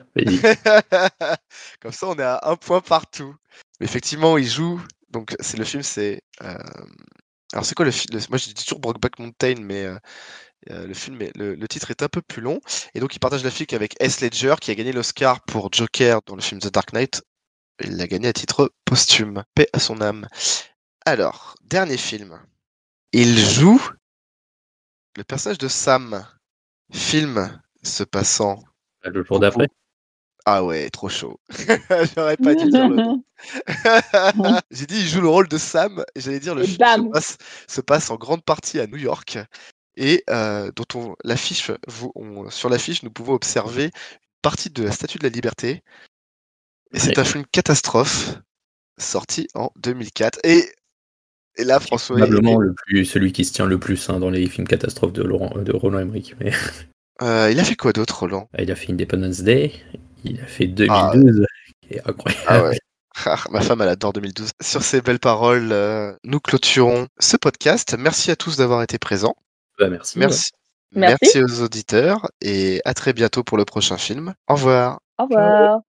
Speaker 6: Comme ça on est à un point partout. Mais effectivement, il joue, donc c'est le film, c'est... Euh... Alors c'est quoi le film ? Moi je dis toujours Brokeback Mountain, mais euh, euh, le film, est... le, le titre est un peu plus long. Et donc il partage l'affiche avec Heath Ledger, qui a gagné l'Oscar pour Joker dans le film The Dark Knight. Il l'a gagné à titre posthume. Paix à son âme. Alors, dernier film. Il joue le personnage de Sam. Film se passant...
Speaker 8: Le jour d'après.
Speaker 6: Ah ouais, trop chaud. J'aurais pas dû dire le nom. J'ai dit il joue le rôle de Sam, et j'allais dire le
Speaker 7: et
Speaker 6: film
Speaker 7: bam
Speaker 6: se passe, se passe en grande partie à New York, et euh, dont on l'affiche, vous, on, sur l'affiche, nous pouvons observer une partie de la Statue de la Liberté. Et c'est ouais. un film catastrophe, sorti en deux mille quatre. Et, et là, François...
Speaker 8: Probablement est... le plus, celui qui se tient le plus hein, dans les films catastrophes de, Laurent, de Roland Emmerich. Mais...
Speaker 6: Euh, il a fait quoi d'autre, Roland ?
Speaker 8: Il a fait Independence Day, il a fait deux mille douze, ah, qui est incroyable.
Speaker 6: Ah ouais. Ah, ma femme, elle adore deux mille douze. Sur ces belles paroles, euh, nous clôturons ce podcast. Merci à tous d'avoir été présents.
Speaker 8: Bah, merci.
Speaker 6: Merci.
Speaker 7: Ouais.
Speaker 6: Merci aux auditeurs et à très bientôt pour le prochain film. Au revoir.
Speaker 7: Au revoir.